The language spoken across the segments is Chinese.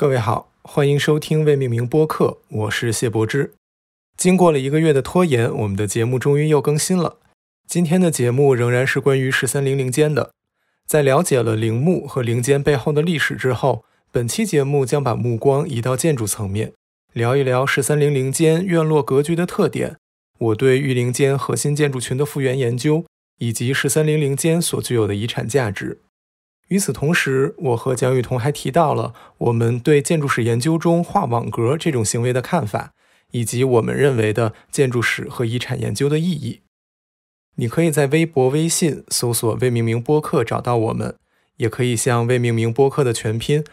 各位好，欢迎收听未命名播客，我是谢柏之。经过了1个月的拖延，我们的节目终于又更新了。今天的节目仍然是关于13零零间的。在了解了陵墓和陵间背后的历史之后，本期节目将把目光移到建筑层面，聊一聊13零零间院落格局的特点，我对御陵间核心建筑群的复原研究，以及13零零间所具有的遗产价值。与此同时，我和蒋雨桐还提到了我们对建筑史研究中画网格这种行为的看法，以及我们认为的建筑史和遗产研究的意义。你可以在微博、微信搜索未命名播客找到我们，也可以向未命名播客的全拼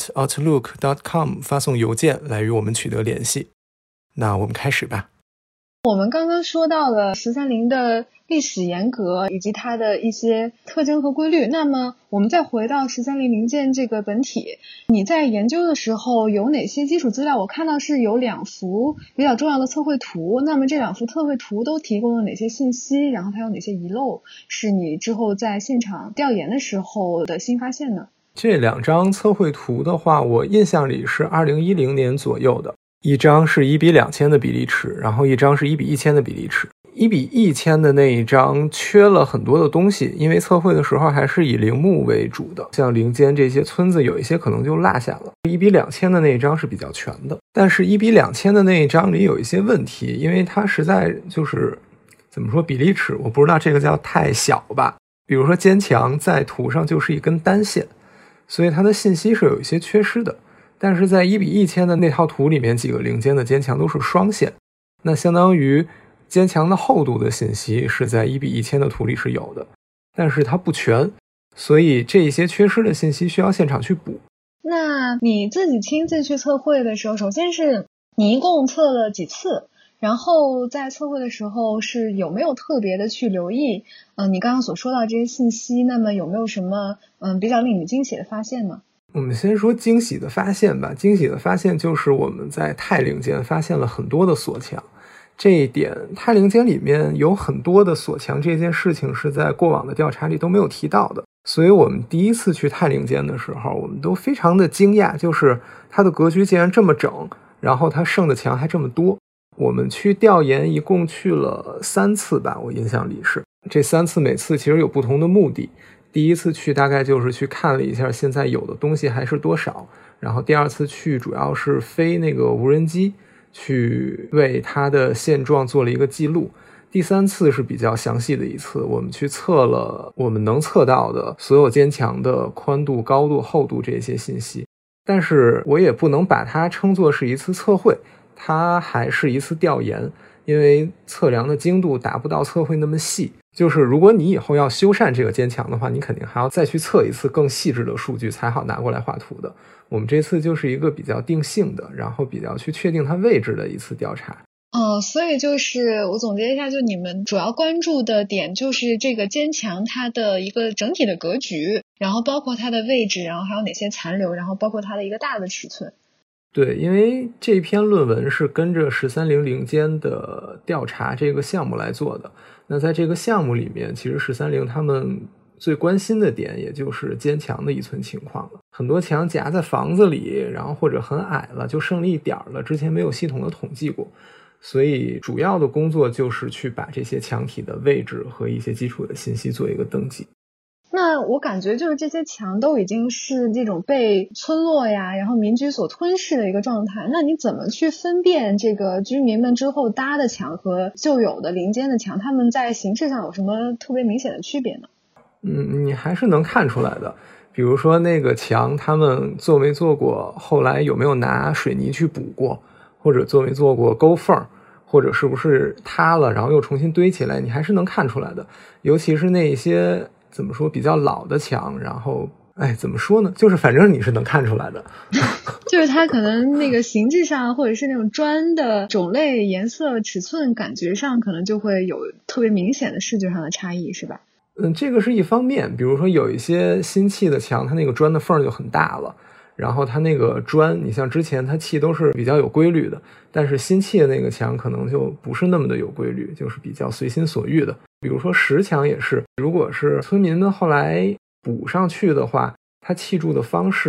@outlook.com 发送邮件来与我们取得联系。那我们开始吧。 我们刚刚说到了13的历史沿革以及它的一些特征和规律，那么我们再回到13零间这个本体，你在研究的时候有哪些基础资料？我看到是有2幅比较重要的测绘图，那么这2幅测绘图都提供了哪些信息？然后它有哪些遗漏是你之后在现场调研的时候的新发现呢？ 这2张测绘图的话，我印象里是2010年左右的。一张是1:2000的比例尺，然后一张是1:1000的比例尺。1:1000的那一张缺了很多的东西，因为测绘的时候还是以陵墓为主的，像陵间这些村子有一些可能就落下了。1:2000的那一张是比较全的，但是1:2000的那一张里有一些问题，因为它实在就是怎么说，比例尺我不知道这个叫太小吧，比如说间墙在图上就是一根单线，所以它的信息是有一些缺失的。但是在1:1000的那套图里面，几个陵间的间墙都是双线，那相当于间墙的厚度的信息是在1:1000的图里是有的，但是它不全，所以这一些缺失的信息需要现场去补。 那你自己亲自去测绘的时候，首先是你一共测了几次，然后在测绘的时候是有没有特别的去留意你刚刚所说到这些信息，那么有没有什么比较令你惊喜的发现呢？ 我们先说惊喜的发现吧。惊喜的发现就是我们在太陵间发现了很多的锁墙，这一点太陵间里面有很多的锁墙，这件事情是在过往的调查里都没有提到的，所以我们第一次去太陵间的时候，我们都非常的惊讶，就是它的格局竟然这么整，然后它剩的墙还这么多。我们去调研一共去了3次吧，我印象里是这3次，每次其实有不同的目的。第一次去大概就是去看了一下现在有的东西还是多少，然后第2次去主要是飞那个无人机去为它的现状做了一个记录。第3次是比较详细的一次，我们去测了我们能测到的所有间墙的宽度、高度、厚度这些信息，但是我也不能把它称作是一次测绘，它还是一次调研，因为测量的精度达不到测绘那么细，就是如果你以后要修缮这个间墙的话，你肯定还要再去测一次更细致的数据才好拿过来画图的。我们这次就是一个比较定性的，然后比较去确定它位置的一次调查。 所以就是我总结一下，就你们主要关注的点就是这个间墙它的一个整体的格局，然后包括它的位置，然后还有哪些残留，然后包括它的一个大的尺寸。 对，因为这篇论文是跟着13零间的调查这个项目来做的。那在这个项目里面，其实13他们最关心的点也就是间墙的遗存情况了。很多墙夹在房子里，然后或者很矮了，就剩了一点了，之前没有系统的统计过。所以主要的工作就是去把这些墙体的位置和一些基础的信息做一个登记。 那我感觉就是这些墙都已经是这种被村落呀，然后民居所吞噬的一个状态。那你怎么去分辨这个居民们之后搭的墙和旧有的邻间的墙，他们在形式上有什么特别明显的区别呢？ 你还是能看出来的。比如说那个墙，他们做没做过，后来有没有拿水泥去补过，或者做没做过沟缝，或者是不是塌了然后又重新堆起来，你还是能看出来的。尤其是那些怎么说比较老的墙，然后怎么说呢，就是反正你是能看出来的。 就是它可能那个形制上，或者是那种砖的种类、颜色、尺寸感觉上，可能就会有特别明显的视觉上的差异，是吧？ 这个是一方面。比如说有一些新砌的墙，它那个砖的缝就很大了，然后它那个砖，你像之前它砌都是比较有规律的，但是新砌的那个墙可能就不是那么的有规律，就是比较随心所欲的。比如说石墙也是，如果是村民们后来补上去的话，它砌筑的方式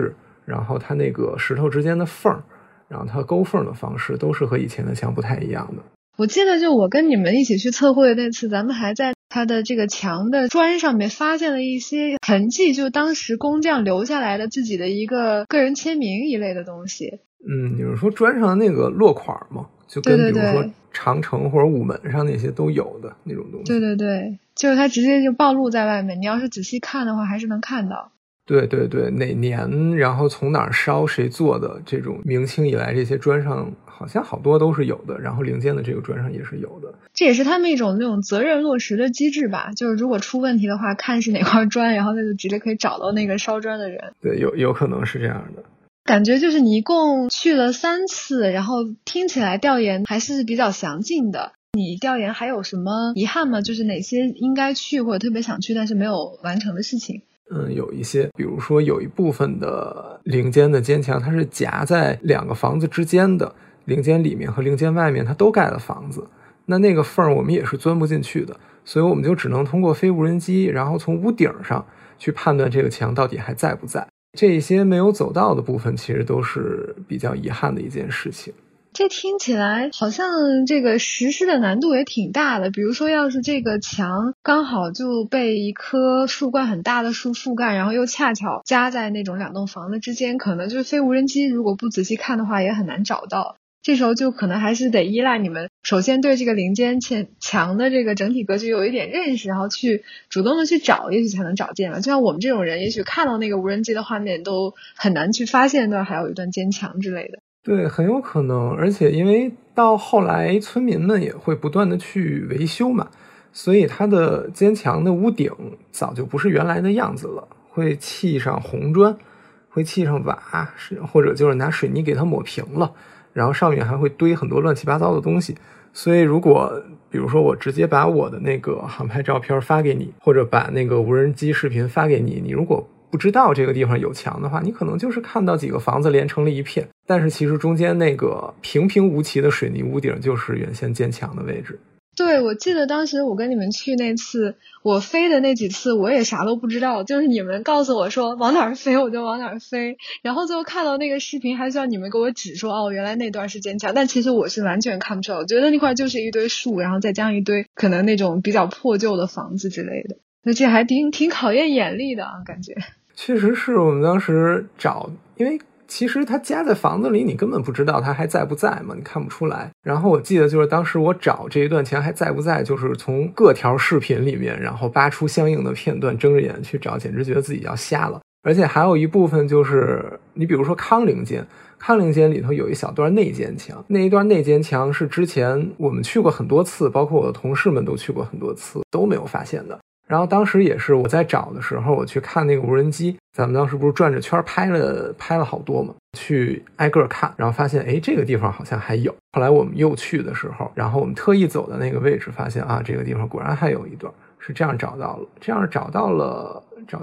然后它那个石头之间的缝，然后它勾缝的方式都是和以前的墙不太一样的。 我记得就我跟你们一起去测绘的那次，咱们还在它的这个墙的砖上面发现了一些痕迹，就当时工匠留下来的自己的一个个人签名一类的东西。 你是说砖上的那个落款吗？就跟比如说长城或者午门上那些都有的那种东西。 对对对，就是它直接就暴露在外面，你要是仔细看的话还是能看到。 对对对，哪年然后从哪儿烧谁做的，这种明清以来这些砖上好像好多都是有的，然后陵间的这个砖上也是有的。 这也是他们一种那种责任落实的机制吧，就是如果出问题的话，看是哪块砖，然后那就直接可以找到那个烧砖的人。 对，有可能是这样的。 感觉就是你一共去了3次，然后听起来调研还是比较详尽的。你调研还有什么遗憾吗？就是哪些应该去或者特别想去但是没有完成的事情？ 有一些，比如说有一部分的陵间的间墙它是夹在2个房子之间的，陵间里面和陵间外面它都盖了房子，那个缝我们也是钻不进去的，所以我们就只能通过飞无人机，然后从屋顶上去判断这个墙到底还在不在。这些没有走到的部分其实都是比较遗憾的一件事情。 这听起来好像这个实施的难度也挺大的，比如说要是这个墙刚好就被一棵树冠很大的树覆盖，然后又恰巧夹在那种2栋房子之间，可能就是飞无人机如果不仔细看的话也很难找到。这时候就可能还是得依赖你们首先对这个陵间墙的这个整体格局有一点认识，然后去主动的去找，也许才能找见了。就像我们这种人也许看到那个无人机的画面都很难去发现那还有一段间墙之类的。 对，很有可能，而且因为到后来村民们也会不断的去维修嘛，所以它的间墙的屋顶早就不是原来的样子了，会砌上红砖，会砌上瓦，或者就是拿水泥给它抹平了，然后上面还会堆很多乱七八糟的东西。所以如果比如说我直接把我的那个航拍照片发给你，或者把那个无人机视频发给你，你如果不知道这个地方有墙的话，你可能就是看到几个房子连成了一片，但是其实中间那个平平无奇的水泥屋顶就是原先建墙的位置。 对，我记得当时我跟你们去那次，我飞的那几次我也啥都不知道，就是你们告诉我说往哪儿飞我就往哪儿飞，然后最后看到那个视频还需要你们给我指说哦原来那段是间墙，但其实我是完全看不出来，我觉得那块就是一堆树，然后再加上一堆可能那种比较破旧的房子之类的，那这还挺考验眼力的啊，感觉。 确实是我们当时找，因为其实它夹在房子里，你根本不知道它还在不在嘛，你看不出来。然后我记得就是当时我找这一段墙还在不在，就是从各条视频里面，然后扒出相应的片段，睁着眼去找，简直觉得自己要瞎了。而且还有一部分就是你比如说康陵间里头有一小段内间墙，那一段内间墙是之前我们去过很多次，包括我的同事们都去过很多次，都没有发现的。然后当时也是我在找的时候，我去看那个无人机，咱们当时不是转着圈拍了好多嘛，去挨个看，然后发现这个地方好像还有。后来我们又去的时候，然后我们特意走的那个位置，发现啊这个地方果然还有一段，是这样找到了，这样找到了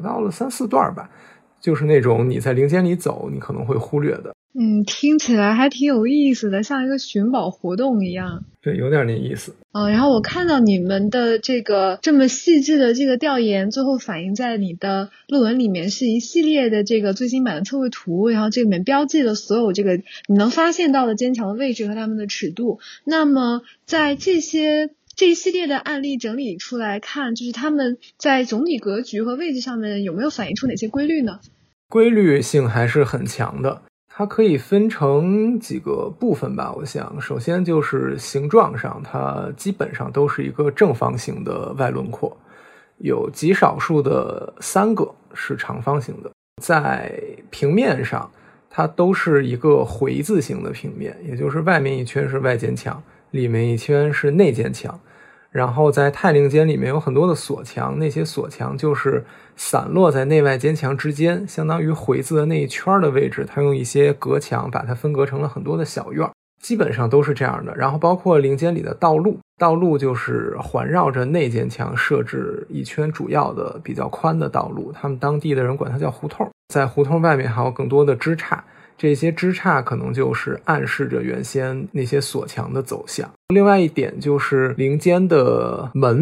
3-4段吧，就是那种你在陵间里走你可能会忽略的。 听起来还挺有意思的，像一个寻宝活动一样。 对，有点那意思。 然后我看到你们的这个这么细致的这个调研，最后反映在你的论文里面是一系列的这个最新版的测绘图，然后这里面标记了所有这个你能发现到的间墙的位置和它们的尺度。那么在这一系列的案例整理出来看，就是它们在总体格局和位置上面有没有反映出哪些规律呢？ 规律性还是很强的。它可以分成几个部分吧，我想首先就是形状上，它基本上都是一个正方形的外轮廓，有极少数的3个是长方形的。在平面上它都是一个回字形的平面，也就是外面一圈是外间墙，里面一圈是内间墙。然后在太陵间里面有很多的锁墙，那些锁墙就是散落在内外间墙之间，相当于回字的那一圈的位置，它用一些隔墙把它分隔成了很多的小院，基本上都是这样的。然后包括陵间里的道路就是环绕着内间墙设置一圈主要的比较宽的道路，他们当地的人管它叫胡同，在胡同外面还有更多的支岔，这些支岔可能就是暗示着原先那些锁墙的走向。另外一点就是陵间的门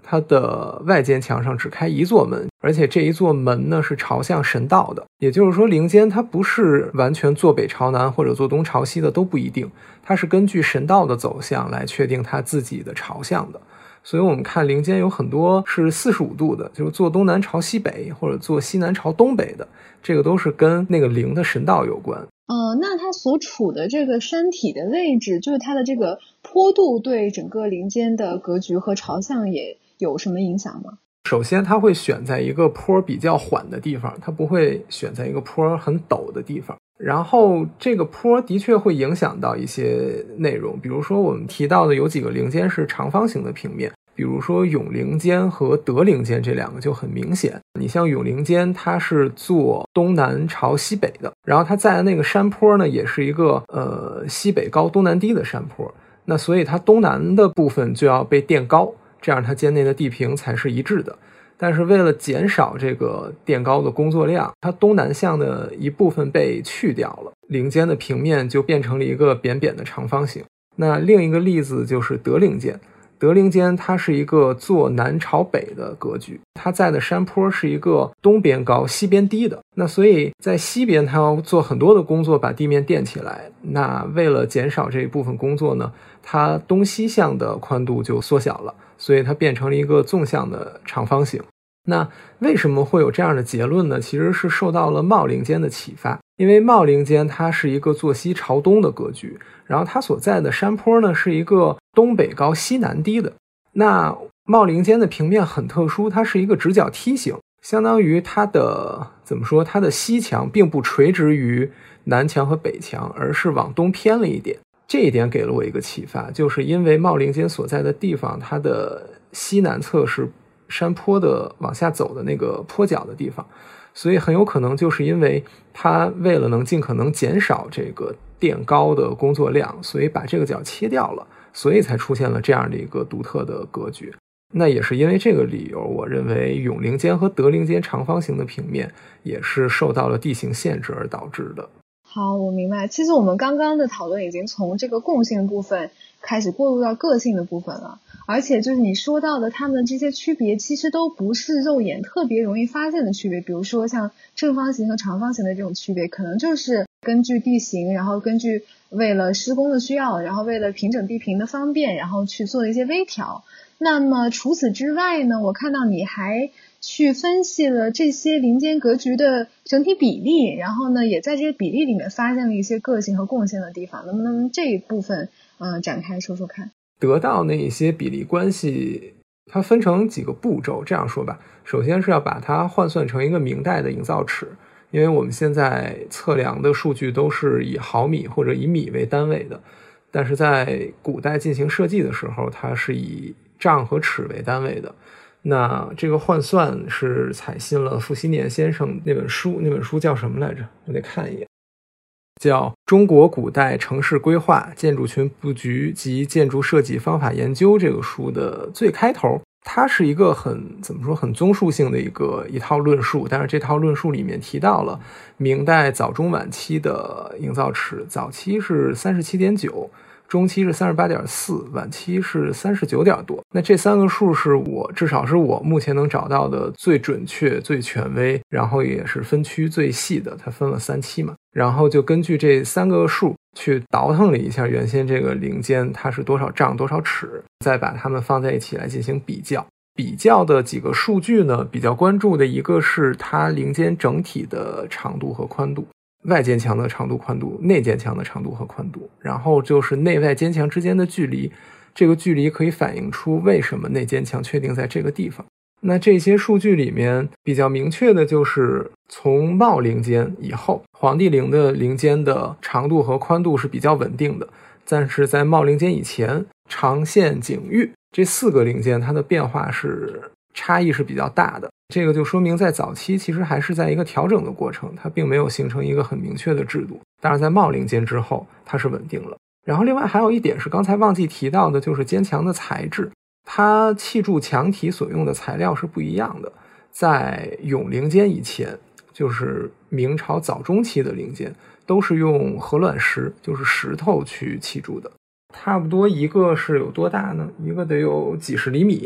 它的外间墙上只开一座门，而且这一座门呢是朝向神道的，也就是说陵间它不是完全坐北朝南或者坐东朝西的，都不一定，它是根据神道的走向来确定它自己的朝向的。所以我们看陵间有很多是45度的，就是坐东南朝西北或者坐西南朝东北的，这个都是跟那个陵的神道有关。 那它所处的这个山体的位置，就是它的这个坡度对整个陵间的格局和朝向也有什么影响吗？ 首先它会选在一个坡比较缓的地方，它不会选在一个坡很陡的地方。然后这个坡的确会影响到一些内容，比如说我们提到的有几个陵间是长方形的平面，比如说永陵间和德陵间，这两个就很明显。你像永陵间它是坐东南朝西北的，然后它在的那个山坡呢也是一个西北高东南低的山坡，那所以它东南的部分就要被垫高，这样它间内的地平才是一致的。但是为了减少这个垫高的工作量，它东南向的一部分被去掉了，陵间的平面就变成了一个扁扁的长方形。那另一个例子就是德陵间，德陵间它是一个坐南朝北的格局，它在的山坡是一个东边高西边低的，那所以在西边它要做很多的工作把地面垫起来，那为了减少这一部分工作呢，它东西向的宽度就缩小了，所以它变成了一个纵向的长方形。那为什么会有这样的结论呢？其实是受到了茂陵间的启发，因为茂陵间它是一个坐西朝东的格局，然后它所在的山坡呢是一个东北高西南低的。那茂陵间的平面很特殊，它是一个直角梯形，相当于它的它的西墙并不垂直于南墙和北墙，而是往东偏了一点。这一点给了我一个启发，就是因为茂陵间所在的地方，它的西南侧是山坡的往下走的那个坡角的地方，所以很有可能就是因为它为了能尽可能减少这个垫高的工作量，所以把这个角切掉了，所以才出现了这样的一个独特的格局。那也是因为这个理由，我认为永陵间和德陵间长方形的平面也是受到了地形限制而导致的。 好，我明白。其实我们刚刚的讨论已经从这个共性部分开始过渡到个性的部分了，而且就是你说到的它们这些区别其实都不是肉眼特别容易发现的区别，比如说像正方形和长方形的这种区别，可能就是根据地形，然后根据为了施工的需要，然后为了平整地平的方便，然后去做一些微调。那么除此之外呢，我看到你还去分析了这些陵间格局的整体比例，然后呢也在这些比例里面发现了一些个性和共性的地方，能不能这一部分展开说说看？ 得到那些比例关系它分成几个步骤，这样说吧，首先是要把它换算成一个明代的营造尺，因为我们现在测量的数据都是以毫米或者以米为单位的，但是在古代进行设计的时候，它是以丈和尺为单位的。那这个换算是采信了傅熹年先生那本书叫什么来着？我得看一眼，叫《中国古代城市规划、建筑群布局及建筑设计方法研究》这个书的最开头，它是一个很综述性的一套论述，但是这套论述里面提到了明代早中晚期的营造尺，早期是 37.9，中期是 38.4， 晚期是 39点多。那这三个数是至少是我目前能找到的最准确、最权威，然后也是分区最细的，它分了3期嘛。然后就根据这3个数去倒腾了一下原先这个陵间它是多少丈多少尺，再把它们放在一起来进行比较。比较的几个数据呢，比较关注的一个是它陵间整体的长度和宽度，外间墙的长度宽度，内间墙的长度和宽度，然后就是内外间墙之间的距离，这个距离可以反映出为什么内间墙确定在这个地方。那这些数据里面比较明确的就是从茂陵间以后，黄帝陵的陵间的长度和宽度是比较稳定的，但是在茂陵间以前，长县景玉这4个陵间它的变化是差异是比较大的，这个就说明在早期其实还是在一个调整的过程，它并没有形成一个很明确的制度。当然在茂陵间之后它是稳定了。然后另外还有一点是刚才忘记提到的，就是间墙的材质，它砌筑墙体所用的材料是不一样的。在永陵间以前，就是明朝早中期的陵间，都是用河卵石，就是石头去砌筑的，差不多一个是有多大呢？一个得有几十厘米，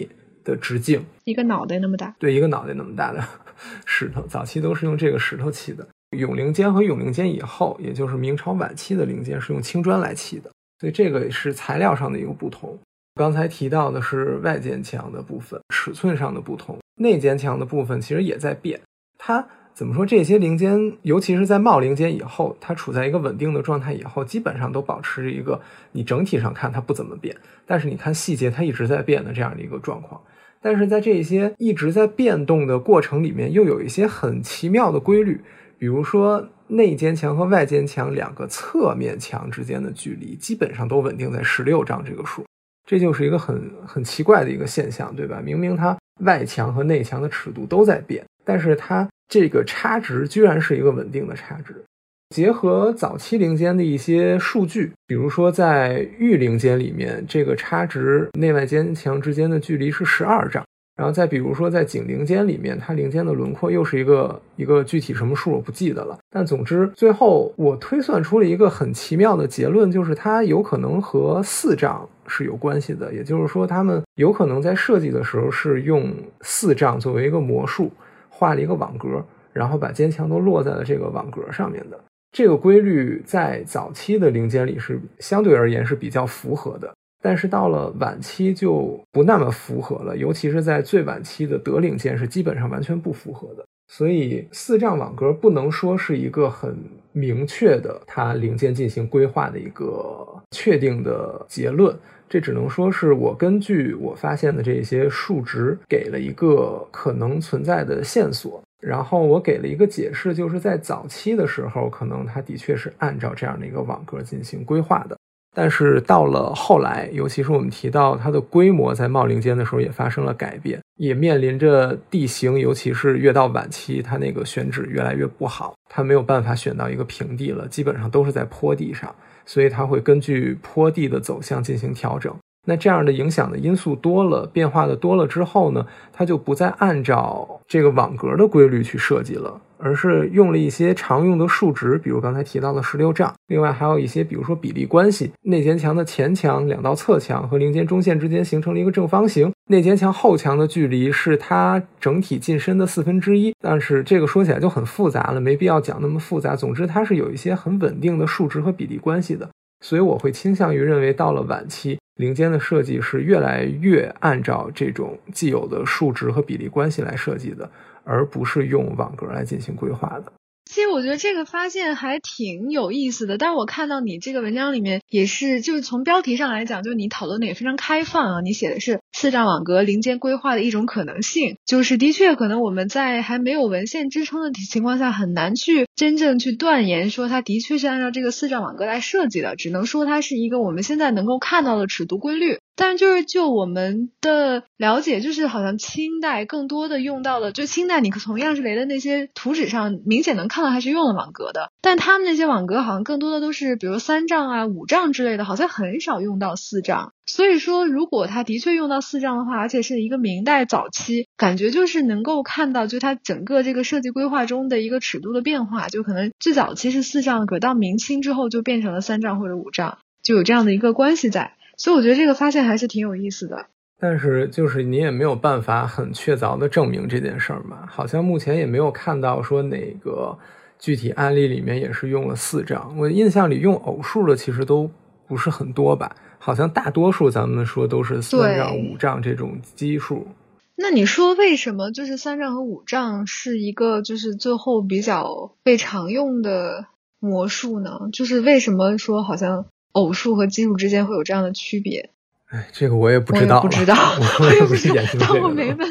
的直径， 一个脑袋那么大。 对，一个脑袋那么大的石头，早期都是用这个石头砌的。永陵间和永陵间以后，也就是明朝晚期的陵间是用青砖来砌的，所以这个是材料上的一个不同。刚才提到的是外间墙的部分，尺寸上的不同，内间墙的部分其实也在变。它怎么说，这些陵间尤其是在茂陵间以后，它处在一个稳定的状态以后，基本上都保持着一个你整体上看它不怎么变，但是你看细节它一直在变的这样的一个状况。但是在这些一直在变动的过程里面，又有一些很奇妙的规律，比如说内间墙和外间墙两个侧面墙之间的距离基本上都稳定在16丈这个数，这就是一个很奇怪的一个现象，对吧？明明它外墙和内墙的尺度都在变，但是它这个差值居然是一个稳定的差值。结合早期陵间的一些数据，比如说在玉陵间里面，这个差值内外间墙之间的距离是12丈，然后再比如说在景陵间里面，它陵间的轮廓又是一个具体什么数我不记得了，但总之最后我推算出了一个很奇妙的结论，就是它有可能和4丈是有关系的，也就是说他们有可能在设计的时候是用4丈作为一个模数画了一个网格，然后把间墙都落在了这个网格上面的。这个规律在早期的陵间里是相对而言是比较符合的，但是到了晚期就不那么符合了，尤其是在最晚期的德陵间是基本上完全不符合的。所以4丈网格不能说是一个很明确的它陵间进行规划的一个确定的结论，这只能说是我根据我发现的这些数值给了一个可能存在的线索，然后我给了一个解释，就是在早期的时候可能它的确是按照这样的一个网格进行规划的，但是到了后来，尤其是我们提到它的规模在茂陵间的时候也发生了改变，也面临着地形，尤其是越到晚期它那个选址越来越不好，它没有办法选到一个平地了，基本上都是在坡地上，所以它会根据坡地的走向进行调整。那这样的影响的因素多了，变化的多了之后呢，它就不再按照这个网格的规律去设计了，而是用了一些常用的数值，比如刚才提到的16丈，另外还有一些比如说比例关系，内间墙的前墙2道侧墙和陵间中线之间形成了一个正方形，内间墙后墙的距离是它整体进深的1/4，但是这个说起来就很复杂了，没必要讲那么复杂，总之它是有一些很稳定的数值和比例关系的。所以我会倾向于认为到了晚期陵间的设计是越来越按照这种既有的数值和比例关系来设计的，而不是用网格来进行规划的。 其实我觉得这个发现还挺有意思的，但是我看到你这个文章里面也是，就是从标题上来讲，就是你讨论的也非常开放啊。你写的是4丈网格陵间规划的一种可能性，就是的确可能我们在还没有文献支撑的情况下，很难去真正去断言说它的确是按照这个4丈网格来设计的，只能说它是一个我们现在能够看到的尺度规律。但就是就我们的了解，就是好像清代更多的用到的，就清代你从样式雷的那些图纸上明显能看到还是用了网格的，但他们那些网格好像更多的都是比如3丈啊5丈之类的，好像很少用到4丈。所以说如果它的确用到4丈的话，而且是一个明代早期，感觉就是能够看到就它整个这个设计规划中的一个尺度的变化，就可能最早期是4丈，可到明清之后就变成了3丈或者5丈，就有这样的一个关系在。所以我觉得这个发现还是挺有意思的。 但是就是你也没有办法很确凿的证明这件事儿嘛，好像目前也没有看到说哪个具体案例里面也是用了4丈，我印象里用偶数的其实都不是很多吧，好像大多数咱们说都是3丈5丈这种基数。 那你说为什么就是3丈和5丈是一个就是最后比较被常用的模数呢？就是为什么说好像偶数和基数之间会有这样的区别？ 哎，这个我也不知道了， 我也不知道， 我也不是研究这个的。 但我没问。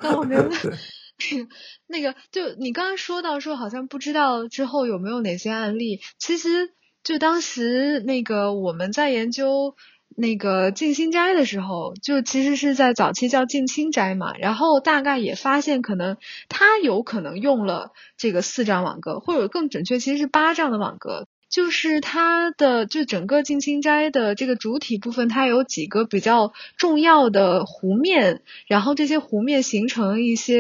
那个就你刚刚说到说好像不知道之后有没有哪些案例，其实就当时那个我们在研究那个静心斋的时候，就其实是在早期叫静清斋嘛，然后大概也发现可能他有可能用了这个4丈网格，或者更准确其实是8丈的网格。就是它的就整个静清斋的这个主体部分，它有几个比较重要的弧面，然后这些弧面形成一些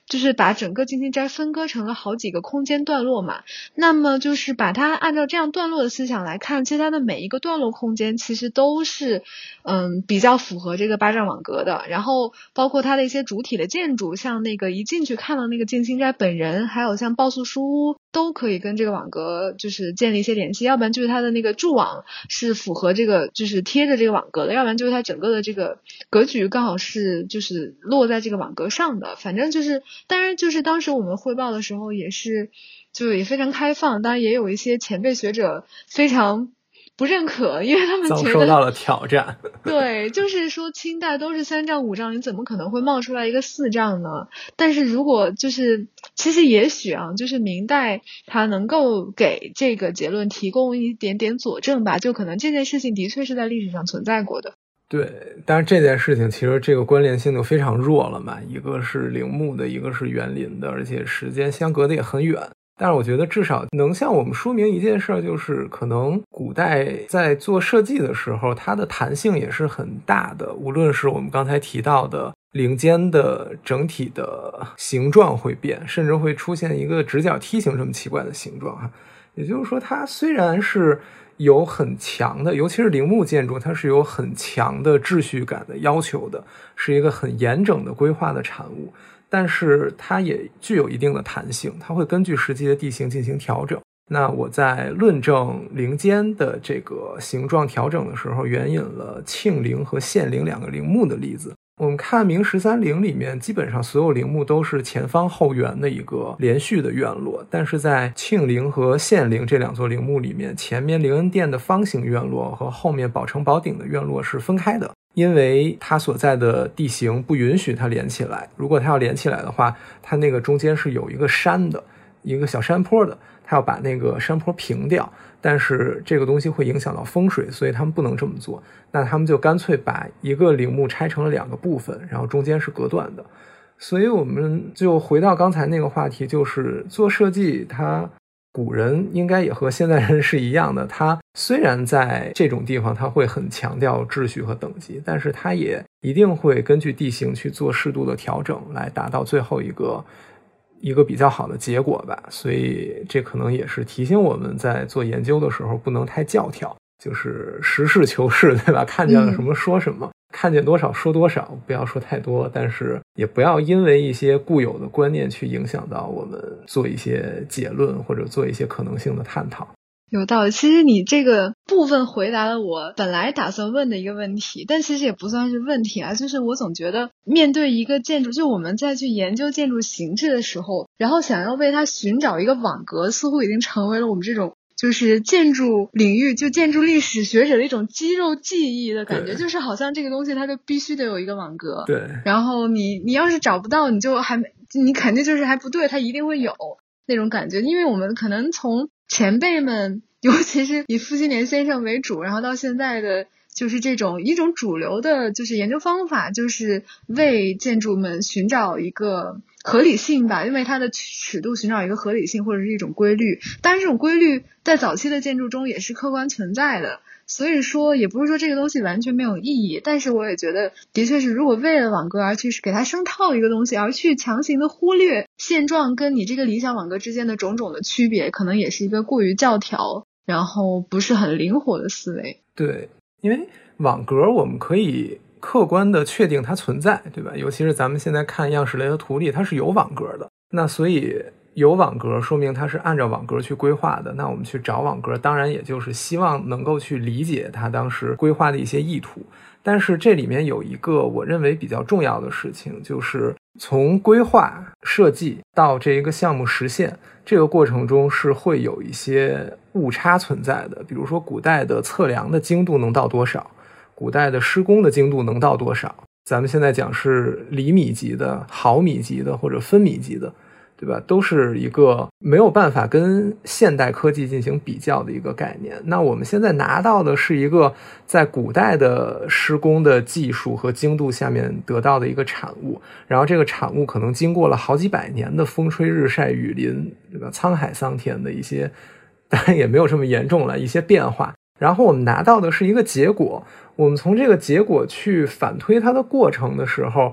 就是把整个静心斋分割成了好几个空间段落嘛。那么就是把它按照这样段落的思想来看，其实它的每一个段落空间其实都是比较符合这个八丈网格的。然后包括它的一些主体的建筑，像那个一进去看到那个静心斋本人，还有像报素书屋，都可以跟这个网格就是建立一些联系。要不然就是它的那个柱网是符合这个就是贴着这个网格的，要不然就是它整个的这个格局刚好是就是落在这个网格上的。反正就是当然就是当时我们汇报的时候也是就也非常开放，当然也有一些前辈学者非常不认可，因为他们觉得遭受到了挑战。 对，就是说清代都是3丈5丈，你怎么可能会冒出来一个4丈呢？但是如果就是其实也许啊，就是明代它能够给这个结论提供一点点佐证吧，就可能这件事情的确是在历史上存在过的。 对，但是这件事情其实这个关联性就非常弱了嘛，一个是陵墓的，一个是园林的，而且时间相隔的也很远。但是我觉得至少能向我们说明一件事，就是可能古代在做设计的时候，它的弹性也是很大的，无论是我们刚才提到的陵间的整体的形状会变，甚至会出现一个直角梯形这么奇怪的形状哈。也就是说，它虽然是有很强的，尤其是陵墓建筑，它是有很强的秩序感的要求的，是一个很严整的规划的产物，但是它也具有一定的弹性，它会根据实际的地形进行调整。那我在论证陵间的这个形状调整的时候，援引了庆陵和献陵2个陵墓的例子。我们看明13陵里面，基本上所有陵墓都是前方后圆的一个连续的院落，但是在庆陵和献陵这2座陵墓里面，前面灵恩殿的方形院落和后面宝成宝顶的院落是分开的，因为它所在的地形不允许它连起来。如果它要连起来的话，它那个中间是有一个山的，一个小山坡的，它要把那个山坡平掉，但是这个东西会影响到风水，所以他们不能这么做。那他们就干脆把一个陵墓拆成了2个部分，然后中间是隔断的。所以我们就回到刚才那个话题，就是做设计，它古人应该也和现代人是一样的，他虽然在这种地方他会很强调秩序和等级，但是他也一定会根据地形去做适度的调整，来达到最后一个比较好的结果吧。所以这可能也是提醒我们在做研究的时候不能太教条，就是实事求是，对吧？看见了什么说什么，看见多少说多少，不要说太多，但是也不要因为一些固有的观念去影响到我们做一些结论或者做一些可能性的探讨。 有道理，其实你这个部分回答了我本来打算问的一个问题，但其实也不算是问题啊，就是我总觉得面对一个建筑，就我们在去研究建筑形制的时候，然后想要为它寻找一个网格，似乎已经成为了我们这种就是建筑领域就建筑历史学者的一种肌肉记忆的感觉，就是好像这个东西它就必须得有一个网格， 对， 然后你要是找不到，你肯定就是还不对，它一定会有那种感觉。因为我们可能从前辈们，尤其是以傅熹年先生为主，然后到现在的就是这种一种主流的就是研究方法，就是为建筑们寻找一个合理性吧，因为它的尺度寻找一个合理性或者是一种规律。当然这种规律在早期的建筑中也是客观存在的，所以说也不是说这个东西完全没有意义，但是我也觉得的确是如果为了网格而去给它生套一个东西，而去强行的忽略现状跟你这个理想网格之间的种种的区别，可能也是一个过于教条然后不是很灵活的思维。 对，因为网格我们可以客观的确定它存在，对吧？尤其是咱们现在看样式雷的图里，它是有网格的，那所以有网格说明它是按照网格去规划的，那我们去找网格当然也就是希望能够去理解它当时规划的一些意图。但是这里面有一个我认为比较重要的事情，就是从规划设计到这一个项目实现，这个过程中是会有一些误差存在的。比如说古代的测量的精度能到多少，古代的施工的精度能到多少，咱们现在讲是厘米级的、毫米级的或者分米级的，对吧？都是一个没有办法跟现代科技进行比较的一个概念。那我们现在拿到的是一个在古代的施工的技术和精度下面得到的一个产物，然后这个产物可能经过了好几百年的风吹日晒雨淋，对吧？沧海桑田的一些，当然也没有这么严重了，一些变化，然后我们拿到的是一个结果。我们从这个结果去反推它的过程的时候，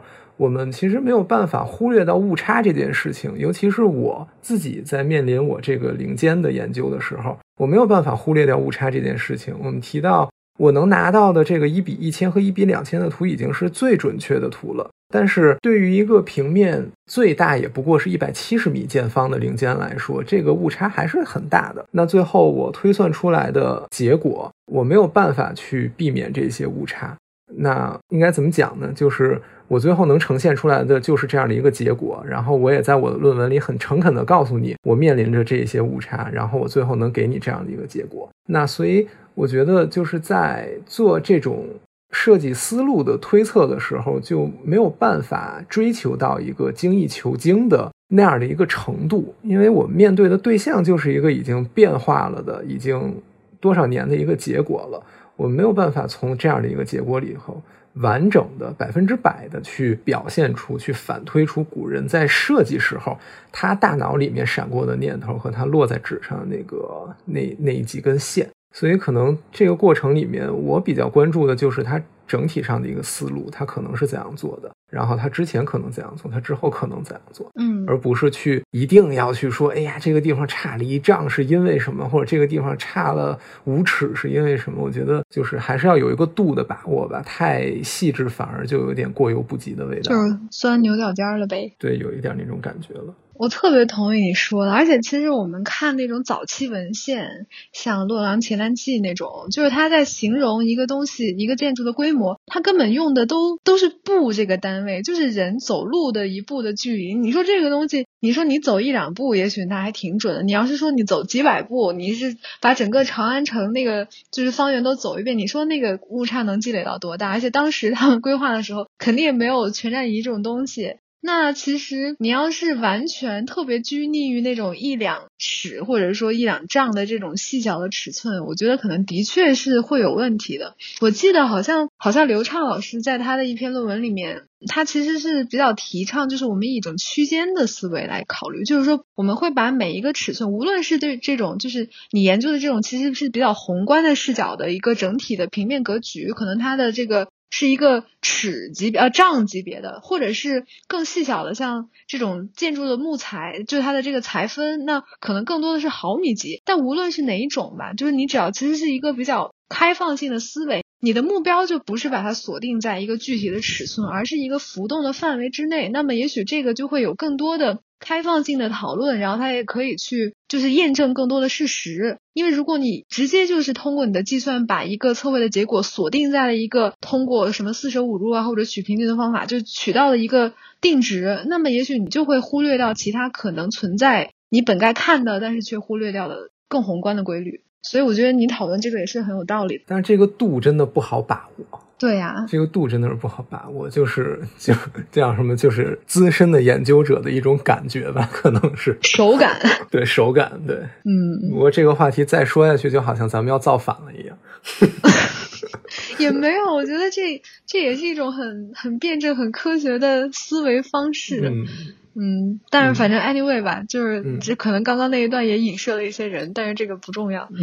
我们其实没有办法忽略到误差这件事情，尤其是我自己在面临我这个零件的研究的时候，我没有办法忽略掉误差这件事情。我们提到我能拿到的这个1:1000和1:2000的图已经是最准确的图了，但是对于一个平面最大也不过是170米见方的零件来说，这个误差还是很大的。那最后我推算出来的结果，我没有办法去避免这些误差。那应该怎么讲呢？就是我最后能呈现出来的就是这样的一个结果，然后我也在我的论文里很诚恳地告诉你我面临着这些误差，然后我最后能给你这样的一个结果。那所以我觉得就是在做这种设计思路的推测的时候，就没有办法追求到一个精益求精的那样的一个程度，因为我们面对的对象就是一个已经变化了的已经多少年的一个结果了，我们没有办法从这样的一个结果里头完整的100%的去表现出去反推出古人在设计时候他大脑里面闪过的念头和他落在纸上的那几根线。所以可能这个过程里面我比较关注的就是他整体上的一个思路，他可能是怎样做的，然后他之前可能怎样做，他之后可能怎样做，而不是去一定要去说，哎呀，这个地方差了1丈是因为什么，或者这个地方差了5尺是因为什么。我觉得就是还是要有一个度的把握吧，太细致反而就有点过犹不及的味道， 就是钻牛角尖了呗。 对，有一点那种感觉了。 我特别同意你说的，而且其实我们看那种早期文献，像《洛朗前瞻记》那种，就是他在形容一个东西、一个建筑的规模，他根本用的都是步这个单位，就是人走路的一步的距离。你说这个东西，你说你走1-2步，也许那还挺准的。你要是说你走几百步，你是把整个长安城那个就是方圆都走一遍，你说那个误差能积累到多大？而且当时他们规划的时候，肯定也没有全站仪这种东西。那其实你要是完全特别拘泥于那种1-2尺或者说1-2丈的这种细小的尺寸，我觉得可能的确是会有问题的。我记得好像刘畅老师在他的一篇论文里面，他其实是比较提倡就是我们以一种区间的思维来考虑，就是说我们会把每一个尺寸，无论是对这种就是你研究的这种其实是比较宏观的视角的一个整体的平面格局，可能它的这个是一个尺级别丈级别的，或者是更细小的像这种建筑的木材，就是它的这个材分，那可能更多的是毫米级。但无论是哪一种吧，就是你只要其实是一个比较开放性的思维，你的目标就不是把它锁定在一个具体的尺寸，而是一个浮动的范围之内，那么也许这个就会有更多的开放性的讨论，然后它也可以去就是验证更多的事实。因为如果你直接就是通过你的计算把一个测绘的结果锁定在了一个通过什么四舍五入啊或者取平均的方法就取到了一个定值，那么也许你就会忽略到其他可能存在你本该看的但是却忽略掉的更宏观的规律。所以我觉得你讨论这个也是很有道理的， 但是这个度真的不好把握。 对呀， 这个度真的是不好把握，就这样什么，就是资深的研究者的一种感觉吧，可能是手感， 对手感，对，不过这个话题再说下去，就好像咱们要造反了一样。 也没有，我觉得这也是一种很辩证、很科学的思维方式。但是反正 anyway 吧，就是这可能刚刚那一段也影射了一些人，但是这个不重要。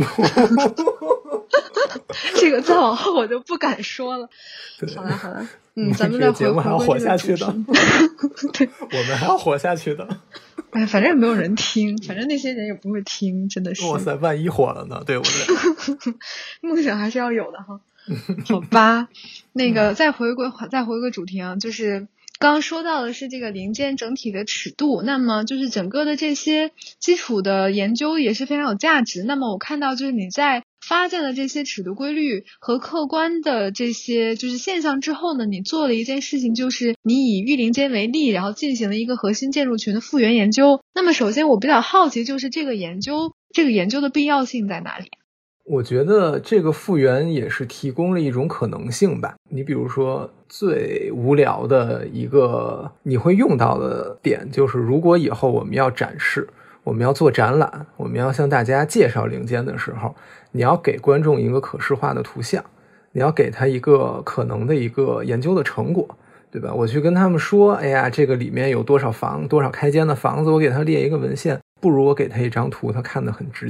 这个再往后我就不敢说了。好了，咱们再节目还要活下去的。 对， 我们还要活下去的。 哎，反正也没有人听，反正那些人也不会听，真的是。 哇塞，万一火了呢？对不对？ 梦想还是要有的哈。好吧，那个再回归主题啊，就是刚刚说到的是这个零件整体的尺度，那么就是整个的这些基础的研究也是非常有价值。那么我看到就是你在发现了这些尺度规律和客观的这些就是现象之后呢，你做了一件事情，就是你以玉林间为例，然后进行了一个核心建筑群的复原研究。那么首先我比较好奇，就是这个研究的必要性在哪里？ 我觉得这个复原也是提供了一种可能性吧。你比如说最无聊的一个你会用到的点，就是如果以后我们要展示，我们要做展览，我们要向大家介绍零件的时候，你要给观众一个可视化的图像，你要给他一个可能的一个研究的成果，对吧？我去跟他们说，哎呀，这个里面有多少开间的房子，我给他列一个文献，不如我给他一张图，他看得很直接。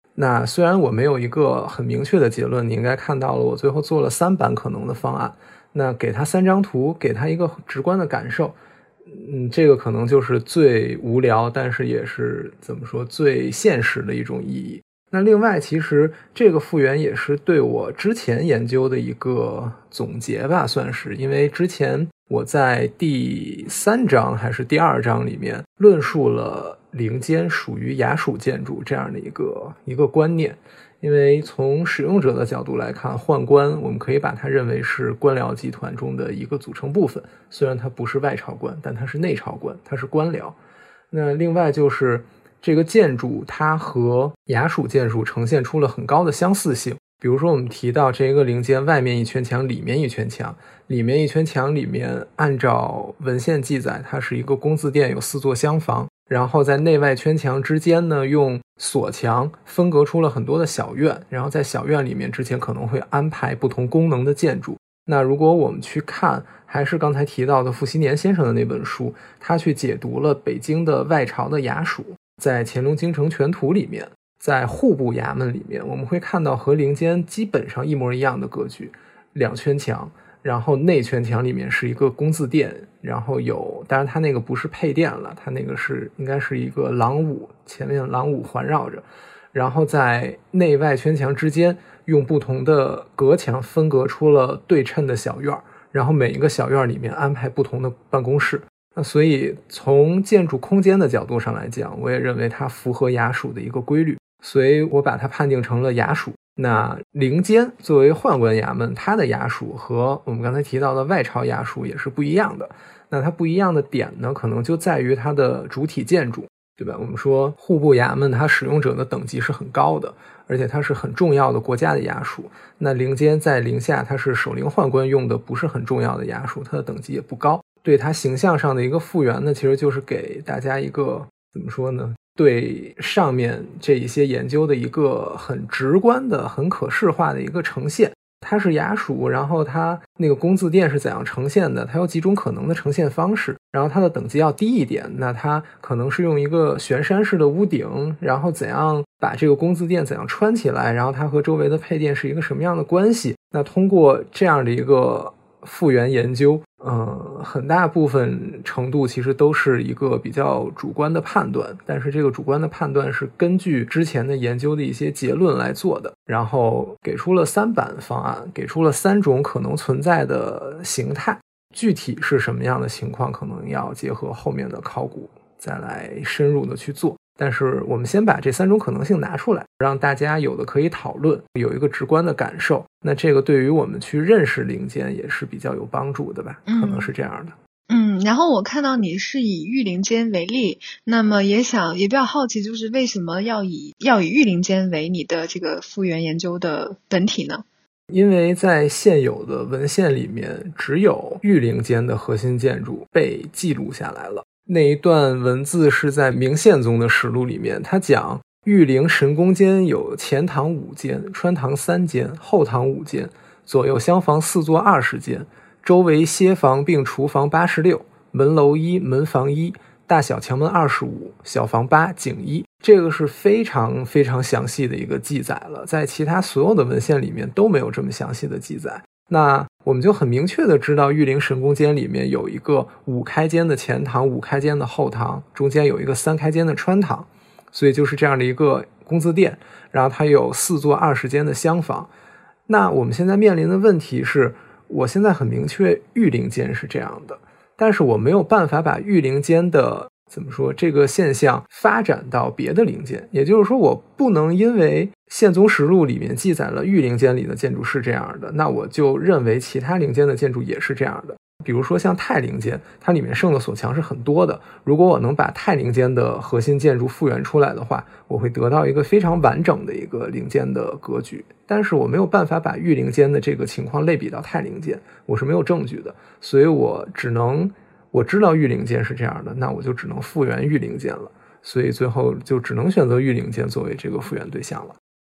那虽然我没有一个很明确的结论，你应该看到了我最后做了3版可能的方案，那给他3张图，给他一个直观的感受，这个可能就是最无聊，但是也是怎么说最现实的一种意义。那另外其实这个复原也是对我之前研究的一个总结吧，算是，因为之前我在第3章还是第2章里面论述了零间属于衙属建筑这样的一个观念。因为从使用者的角度来看，宦官我们可以把它认为是官僚集团中的一个组成部分，虽然它不是外朝官，但它是内朝官，它是官僚。那另外就是这个建筑它和衙属建筑呈现出了很高的相似性，比如说我们提到这个零间外面一圈墙，里面一圈墙，里面一圈墙里面按照文献记载它是一个工字殿，有4座厢房，然后在内外圈墙之间呢用锁墙分隔出了很多的小院，然后在小院里面之前可能会安排不同功能的建筑。那如果我们去看还是刚才提到的傅熹年先生的那本书，他去解读了北京的外朝的衙属，在乾隆京城全图里面，在户部衙门里面，我们会看到和陵间基本上一模一样的格局，2圈墙，然后内圈墙里面是一个工字殿，然后有，当然它那个不是配殿了，它那个是应该是一个廊庑，前面廊庑环绕着，然后在内外圈墙之间用不同的隔墙分隔出了对称的小院，然后每一个小院里面安排不同的办公室。那所以从建筑空间的角度上来讲，我也认为它符合衙属的一个规律，所以我把它判定成了衙属。那陵监作为宦官衙门，它的衙属和我们刚才提到的外朝衙属也是不一样的。那它不一样的点呢，可能就在于它的主体建筑，对吧？我们说户部衙门它使用者的等级是很高的，而且它是很重要的国家的衙属。那陵监在陵下，它是守陵宦官用的不是很重要的衙属，它的等级也不高。对它形象上的一个复原呢，其实就是给大家一个怎么说呢，对上面这一些研究的一个很直观的很可视化的一个呈现。它是衙属，然后它那个工字殿是怎样呈现的，它有几种可能的呈现方式，然后它的等级要低一点，那它可能是用一个悬山式的屋顶，然后怎样把这个工字殿怎样穿起来，然后它和周围的配殿是一个什么样的关系。那通过这样的一个复原研究，很大部分程度其实都是一个比较主观的判断，但是这个主观的判断是根据之前的研究的一些结论来做的，然后给出了3版方案，给出了3种可能存在的形态，具体是什么样的情况可能要结合后面的考古再来深入的去做。但是我们先把这3种可能性拿出来，让大家有的可以讨论，有一个直观的感受，那这个对于我们去认识陵监也是比较有帮助的吧，可能是这样的。 然后我看到你是以御陵监为例，那么也比较好奇，就是为什么要以御陵监为你的这个复原研究的本体呢？ 因为在现有的文献里面，只有御陵监的核心建筑被记录下来了。那一段文字是在明宪宗的实录里面，他讲御陵神功间有前堂5间，穿堂3间，后堂5间，左右厢房4座20间，周围歇房并厨房86，门楼1，门房1，大小墙门25，小房8，井1。这个是非常非常详细的一个记载了，在其他所有的文献里面都没有这么详细的记载。那我们就很明确的知道御陵神功间里面有一个5开间的前堂，5开间的后堂，中间有一个3开间的穿堂，所以就是这样的一个工字殿，然后它有4座20间的厢房。那我们现在面临的问题是，我现在很明确御陵监是这样的，但是我没有办法把御陵监的怎么说这个现象发展到别的陵监，也就是说我不能因为宪宗实录里面记载了御陵监里的建筑是这样的，那我就认为其他陵监的建筑也是这样的。比如说像太陵监，它里面剩的锁墙是很多的，如果我能把太陵监的核心建筑复原出来的话，我会得到一个非常完整的一个陵监的格局，但是我没有办法把御陵监的这个情况类比到太陵监，我是没有证据的，所以我知道御陵监是这样的，那我就只能复原御陵监了，所以最后就只能选择御陵监作为这个复原对象了。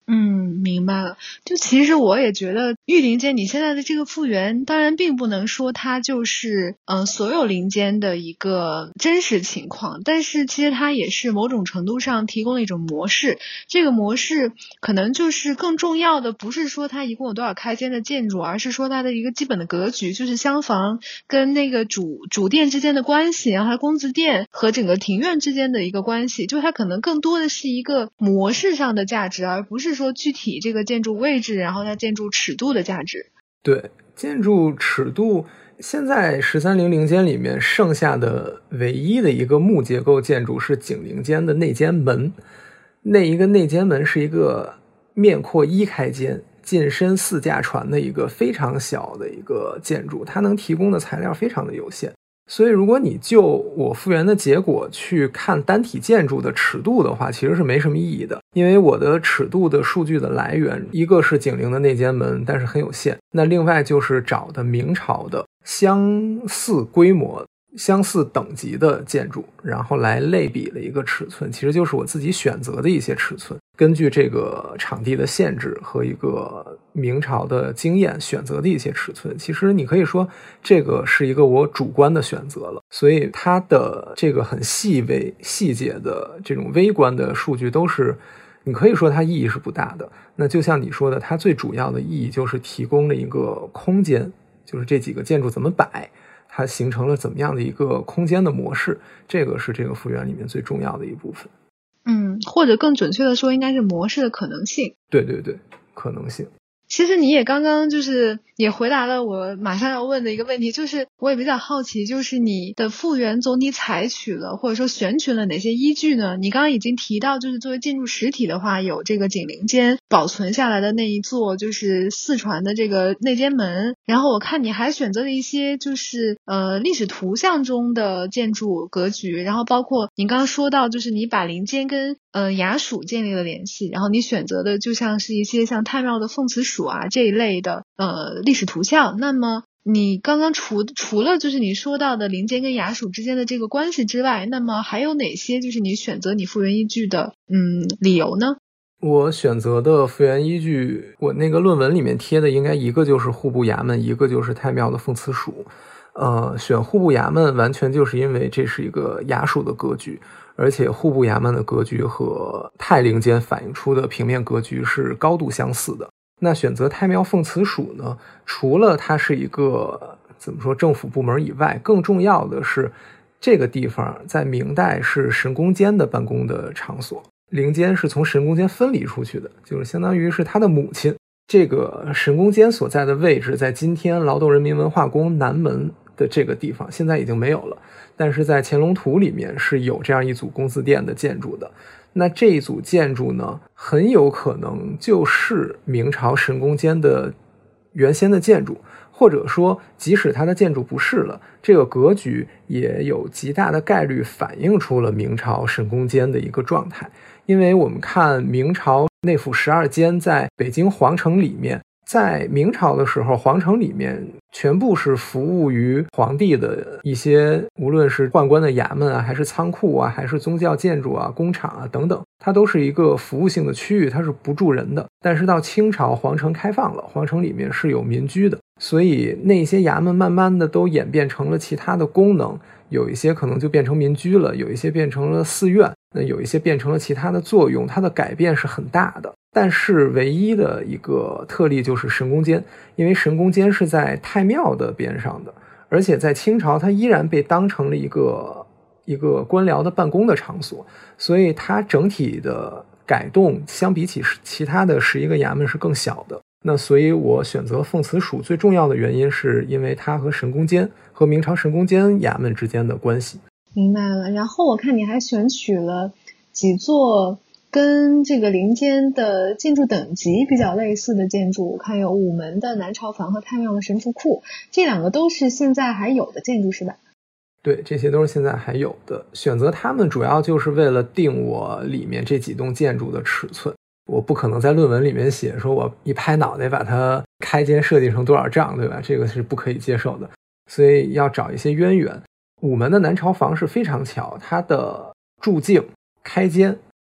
明白了。就其实我也觉得御林间你现在的这个复原，当然并不能说它就是所有林间的一个真实情况，但是其实它也是某种程度上提供了一种模式。这个模式可能就是更重要的不是说它一共有多少开间的建筑，而是说它的一个基本的格局，就是厢房跟那个主殿之间的关系，然后它公子殿和整个庭院之间的一个关系，就它可能更多的是一个模式上的价值，而不是说具体这个建筑位置然后它建筑尺度的价值。 对，建筑尺度现在13陵陵间里面剩下的唯一的一个木结构建筑是景陵间的内间门，那一个内间门是一个面阔1开间进深4架船的一个非常小的一个建筑，它能提供的材料非常的有限。所以如果你就我复原的结果去看单体建筑的尺度的话，其实是没什么意义的，因为我的尺度的数据的来源，一个是景陵的内间门，但是很有限，那另外就是找的明朝的相似规模相似等级的建筑，然后来类比了一个尺寸，其实就是我自己选择的一些尺寸，根据这个场地的限制和一个明朝的经验选择的一些尺寸，其实你可以说这个是一个我主观的选择了，所以它的这个很细节的这种微观的数据都是你可以说它意义是不大的。那就像你说的，它最主要的意义就是提供了一个空间，就是这几个建筑怎么摆，它形成了怎么样的一个空间的模式，这个是这个复原里面最重要的一部分。 或者更准确的说应该是模式的可能性。 对，可能性。 其实你也刚刚就是也回答了我马上要问的一个问题，就是我也比较好奇，就是你的复原总体采取了或者说选取了哪些依据呢？你刚刚已经提到，就是作为建筑实体的话，有这个景陵间保存下来的那一座就是四传的这个内间门，然后我看你还选择了一些就是历史图像中的建筑格局，然后包括你刚刚说到就是你把陵间跟衙署建立了联系，然后你选择的就像是一些像太庙的奉祠署啊这一类的历史图像。那么你刚刚除了就是你说到的陵间跟衙署之间的这个关系之外，那么还有哪些就是你选择你复原依据的理由呢？ 我选择的复原依据，我那个论文里面贴的应该一个就是户部衙门，一个就是太庙的奉祠署。选户部衙门完全就是因为这是一个衙署的格局，而且户部衙门的格局和太陵间反映出的平面格局是高度相似的。那选择太庙奉祠署呢，除了它是一个怎么说政府部门以外，更重要的是这个地方在明代是神功监的办公的场所，陵监是从神功监分离出去的，就是相当于是他的母亲。这个神功监所在的位置在今天劳动人民文化宫南门的这个地方，现在已经没有了，但是在乾隆图里面是有这样一组公字殿的建筑的。那这一组建筑呢，很有可能就是明朝神功监的原先的建筑，或者说即使它的建筑不是了，这个格局也有极大的概率反映出了明朝神功监的一个状态。因为我们看明朝内府12监在北京皇城里面，在明朝的时候，皇城里面全部是服务于皇帝的一些，无论是宦官的衙门啊，还是仓库啊，还是宗教建筑啊、工厂啊等等，它都是一个服务性的区域，它是不住人的。但是到清朝，皇城开放了，皇城里面是有民居的，所以那些衙门慢慢的都演变成了其他的功能，有一些可能就变成民居了，有一些变成了寺院，那有一些变成了其他的作用，它的改变是很大的。但是唯一的一个特例就是神功监，因为神功监是在太庙的边上的，而且在清朝它依然被当成了一个官僚的办公的场所，所以它整体的改动相比起其他的11个衙门是更小的。那所以我选择奉祠署最重要的原因是因为它和神功监和明朝神功监衙门之间的关系。 明白了。然后我看你还选取了几座跟这个陵间的建筑等级比较类似的建筑，我看有午门的南朝房和太庙的神福库，这两个都是现在还有的建筑是吧？ 对，这些都是现在还有的。选择它们主要就是为了定我里面这几栋建筑的尺寸。我不可能在论文里面写说我一拍脑袋把它开间设计成多少丈，对吧？这个是不可以接受的，所以要找一些渊源。午门的南朝房是非常巧，它的柱径、开间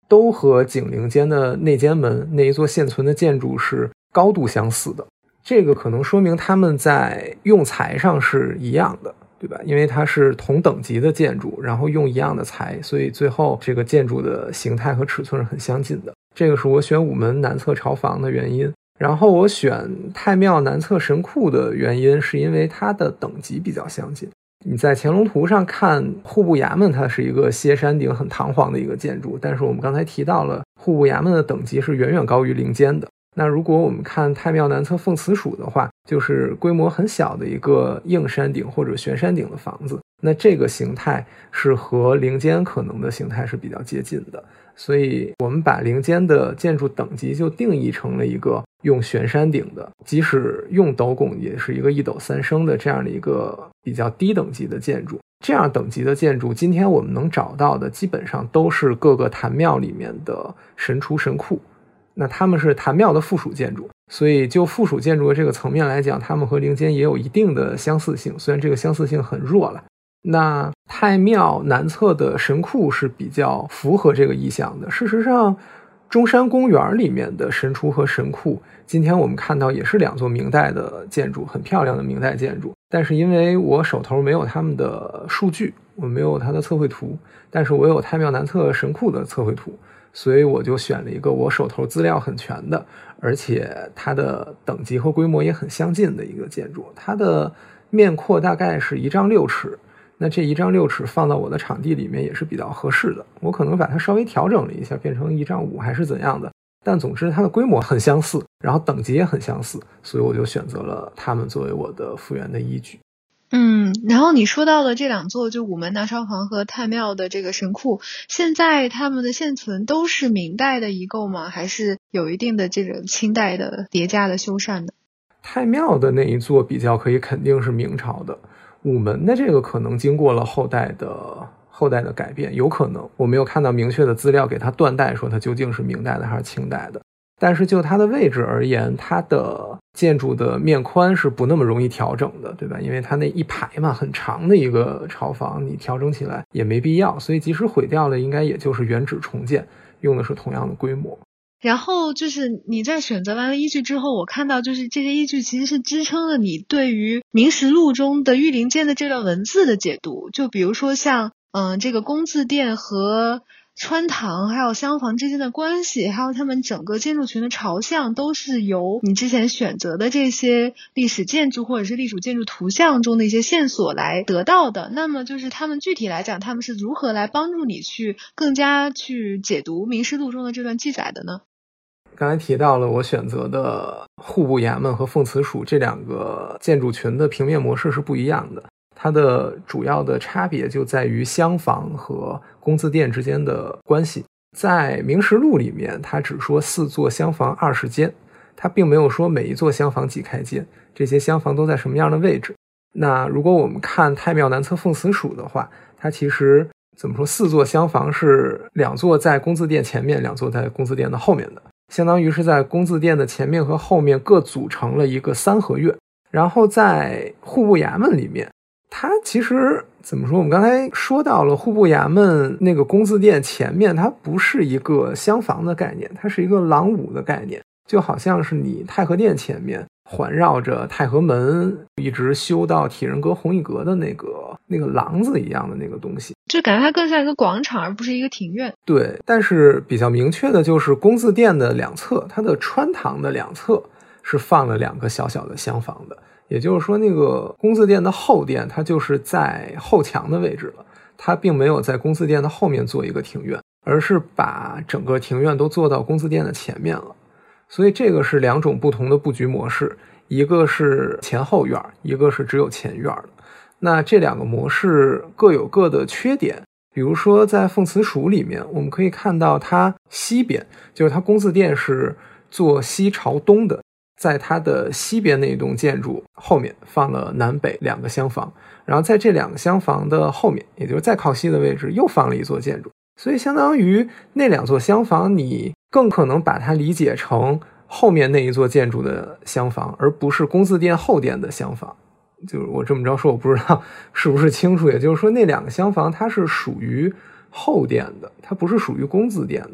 都和景陵间的内间门那一座现存的建筑是高度相似的。这个可能说明他们在用材上是一样的，对吧？因为它是同等级的建筑，然后用一样的材，所以最后这个建筑的形态和尺寸是很相近的。这个是我选午门南侧朝房的原因。然后我选太庙南侧神库的原因是因为它的等级比较相近。你在乾隆图上看户部衙门，它是一个歇山顶很堂皇的一个建筑，但是我们刚才提到了户部衙门的等级是远远高于陵监的。那如果我们看太庙南侧奉慈署的话，就是规模很小的一个硬山顶或者悬山顶的房子，那这个形态是和陵监可能的形态是比较接近的，所以我们把陵监的建筑等级就定义成了一个用悬山顶的，即使用斗拱也是一个1斗3升的这样的一个比较低等级的建筑。这样等级的建筑今天我们能找到的基本上都是各个坛庙里面的神厨神库，那他们是坛庙的附属建筑，所以就附属建筑的这个层面来讲，他们和陵监也有一定的相似性，虽然这个相似性很弱了。那太庙南侧的神库是比较符合这个意象的。事实上中山公园里面的神厨和神库，今天我们看到也是2座明代的建筑，很漂亮的明代建筑，但是因为我手头没有他们的数据，我没有它的测绘图，但是我有太庙南侧神库的测绘图，所以我就选了一个我手头资料很全的，而且它的等级和规模也很相近的一个建筑。它的面阔大概是1丈6尺，那这1丈6尺放到我的场地里面也是比较合适的，我可能把它稍微调整了一下，变成1丈5还是怎样的，但总之它的规模很相似，然后等级也很相似，所以我就选择了它们作为我的复原的依据。 然后你说到的这2座，就午门南朝房和太庙的这个神库，现在他们的现存都是明代的遗构吗？还是有一定的这种清代的叠加的修缮的？ 太庙的那一座比较可以肯定是明朝的，午门的这个可能经过了后代的改变，有可能我没有看到明确的资料给它断代说它究竟是明代的还是清代的。但是就它的位置而言，它的建筑的面宽是不那么容易调整的，对吧？因为它那一排嘛，很长的一个朝房，你调整起来也没必要，所以即使毁掉了，应该也就是原址重建，用的是同样的规模。 然后就是你在选择完了依据之后，我看到就是这些依据其实是支撑了你对于《明实录》中的御陵监的这段文字的解读。就比如说像这个宫字殿和穿堂还有厢房之间的关系，还有他们整个建筑群的朝向，都是由你之前选择的这些历史建筑或者是隶属建筑图像中的一些线索来得到的。那么就是他们具体来讲，他们是如何来帮助你去更加去解读《明实录》中的这段记载的呢？ 刚才提到了我选择的户部衙门和奉慈署这2个建筑群的平面模式是不一样的，它的主要的差别就在于厢房和宫字殿之间的关系。在《明实录》里面，它只说4座厢房20间，它并没有说每一座厢房几开间，这些厢房都在什么样的位置。那如果我们看太庙南侧奉慈署的话，它其实怎么说，4座厢房是2座在宫字殿前面，2座在宫字殿的后面的，相当于是在宫字殿的前面和后面各组成了一个3合院。然后在户部衙门里面，它其实怎么说，我们刚才说到了户部衙门那个宫字殿前面，它不是一个厢房的概念，它是一个廊庑的概念，就好像是你太和殿前面环绕着太和门一直修到体仁阁弘毅阁的那个廊子一样的那个东西， 就感觉它更像一个广场而不是一个庭院。 对，但是比较明确的就是宫字殿的2侧，它的穿堂的2侧是放了2个小小的厢房的，也就是说那个宫字殿的后殿它就是在后墙的位置了，它并没有在宫字殿的后面做一个庭院，而是把整个庭院都做到宫字殿的前面了。所以这个是2种不同的布局模式，一个是前后院，一个是只有前院的。那这2个模式各有各的缺点，比如说在奉慈署里面，我们可以看到它西边，就是它宫字殿是坐西朝东的，在它的西边那一栋建筑后面放了南北2个厢房，然后在这2个厢房的后面，也就是再靠西的位置又放了一座建筑，所以相当于那2座厢房你更可能把它理解成后面那一座建筑的厢房，而不是宫字殿后殿的厢房。就是我这么着说，我不知道是不是清楚，也就是说那2个厢房它是属于后殿的，它不是属于宫字殿的，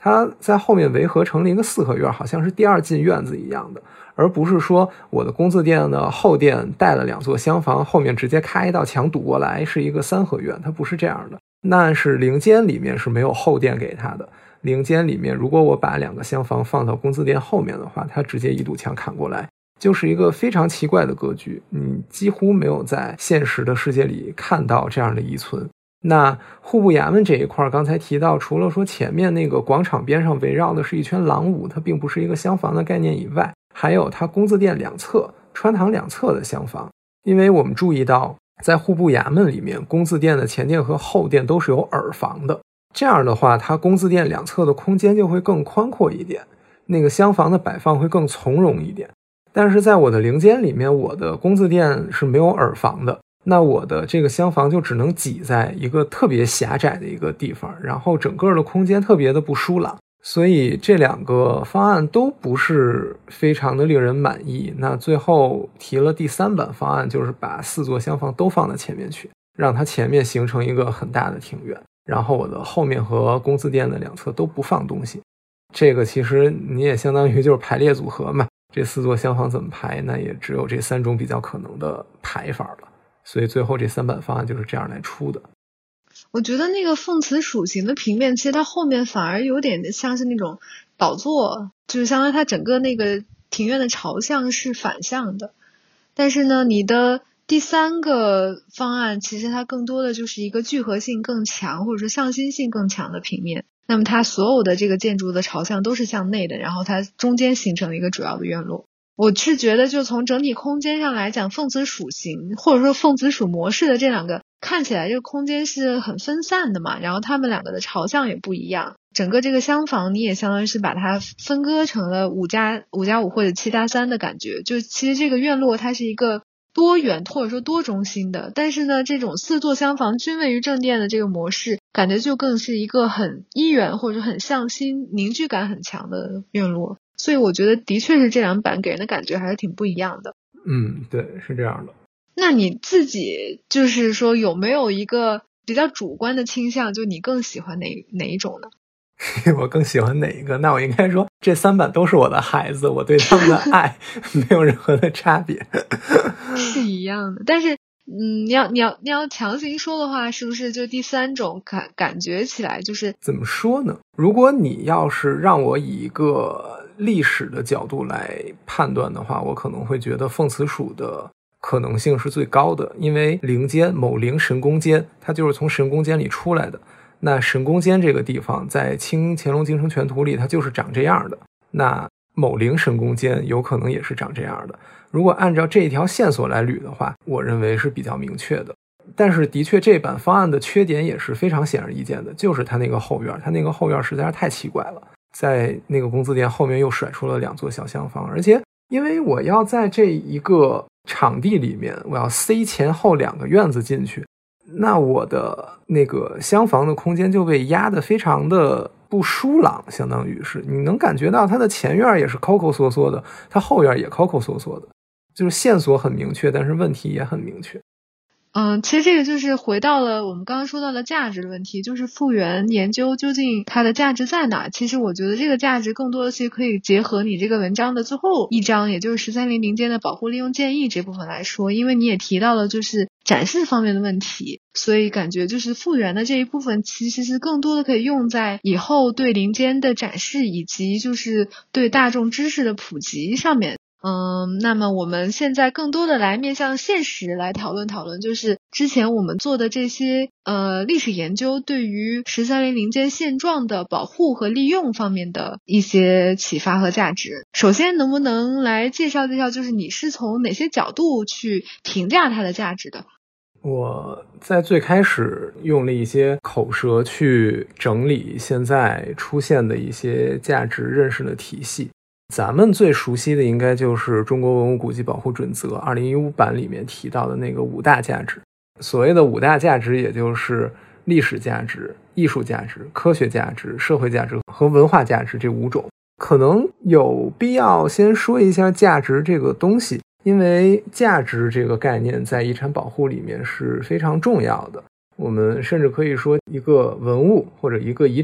它在后面围合成了一个四合院，好像是第二进院子一样的，而不是说我的工字殿的后殿带了2座厢房，后面直接开一道墙堵过来是一个3合院，它不是这样的。那是陵间里面是没有后殿给它的，陵间里面如果我把2个厢房放到工字殿后面的话，它直接一堵墙砍过来，就是一个非常奇怪的格局，你几乎没有在现实的世界里看到这样的遗存。那户部衙门这一块刚才提到，除了说前面那个广场边上围绕的是一圈廊庑，它并不是一个厢房的概念以外，还有它工字殿2侧穿堂2侧的厢房。因为我们注意到在户部衙门里面，工字殿的前殿和后殿都是有耳房的，这样的话它工字殿2侧的空间就会更宽阔一点，那个厢房的摆放会更从容一点。但是在我的陵间里面，我的工字殿是没有耳房的，那我的这个厢房就只能挤在一个特别狭窄的一个地方，然后整个的空间特别的不疏朗，所以这2个方案都不是非常的令人满意。那最后提了第3版方案，就是把4座厢房都放在前面去，让它前面形成一个很大的庭院，然后我的后面和工字殿的2侧都不放东西。这个其实你也相当于就是排列组合嘛，这4座厢房怎么排，那也只有这3种比较可能的排法了。所以最后这3版方案就是这样来出的。 我觉得那个奉祠属形的平面，其实它后面反而有点像是那种宝座，就是相当于它整个那个庭院的朝向是反向的。但是呢，你的第3个方案其实它更多的就是一个聚合性更强，或者说向心性更强的平面。那么它所有的这个建筑的朝向都是向内的，然后它中间形成了一个主要的院落。我是觉得就从整体空间上来讲，奉祠属形或者说奉祠属模式的这2个看起来这个空间是很分散的嘛，然后它们2个的朝向也不一样，整个这个厢房你也相当于是把它分割成了5+5或者7+3的感觉。就其实这个院落它是一个多元或者说多中心的，但是呢这种4座厢房均位于正殿的这个模式，感觉就更是一个很一元或者很向心凝聚感很强的院落。所以我觉得的确是这2版给人的感觉还是挺不一样的。 对，是这样的。 那你自己就是说有没有一个比较主观的倾向，就你更喜欢哪一种呢？ 我更喜欢哪一个？那我应该说这3版都是我的孩子，我对他们的爱没有任何的差别。 是一样的。但是你要强行说的话，是不是就第3种感觉起来就是怎么说呢？如果你要是让我以一个历史的角度来判断的话，我可能会觉得奉祠属的可能性是最高的，因为陵间某陵神宫间，它就是从神宫间里出来的。那神宫间这个地方在清乾隆京城全图里它就是长这样的，那某陵神宫间有可能也是长这样的。如果按照这一条线索来捋的话，我认为是比较明确的。但是的确这版方案的缺点也是非常显而易见的，就是它那个后院实在是太奇怪了，在那个工字殿后面又甩出了2座小厢房，而且因为我要在这一个场地里面我要塞前后2个院子进去，那我的那个厢房的空间就被压得非常的不疏朗，相当于是你能感觉到它的前院也是抠抠缩缩的，它后院也抠抠缩缩的，就是线索很明确，但是问题也很明确。 其实这个就是回到了我们刚刚说到的价值的问题，就是复原研究究竟它的价值在哪。其实我觉得这个价值更多的是可以结合你这个文章的最后一章，也就是13陵陵间的保护利用建议这部分来说，因为你也提到了就是展示方面的问题，所以感觉就是复原的这一部分其实是更多的可以用在以后对陵间的展示以及就是对大众知识的普及上面。那么我们现在更多的来面向现实来讨论，就是之前我们做的这些历史研究对于13陵陵间现状的保护和利用方面的一些启发和价值。首先能不能来介绍就是你是从哪些角度去评价它的价值的？ 我在最开始用了一些口舌去整理现在出现的一些价值认识的体系。咱们最熟悉的应该就是《中国文物古迹保护准则》2015版里面提到的那个5大价值。所谓的5大价值，也就是历史价值、艺术价值、科学价值、社会价值和文化价值这5种。可能有必要先说一下价值这个东西，因为价值这个概念在遗产保护里面是非常重要的。我们甚至可以说一个文物或者一个遗产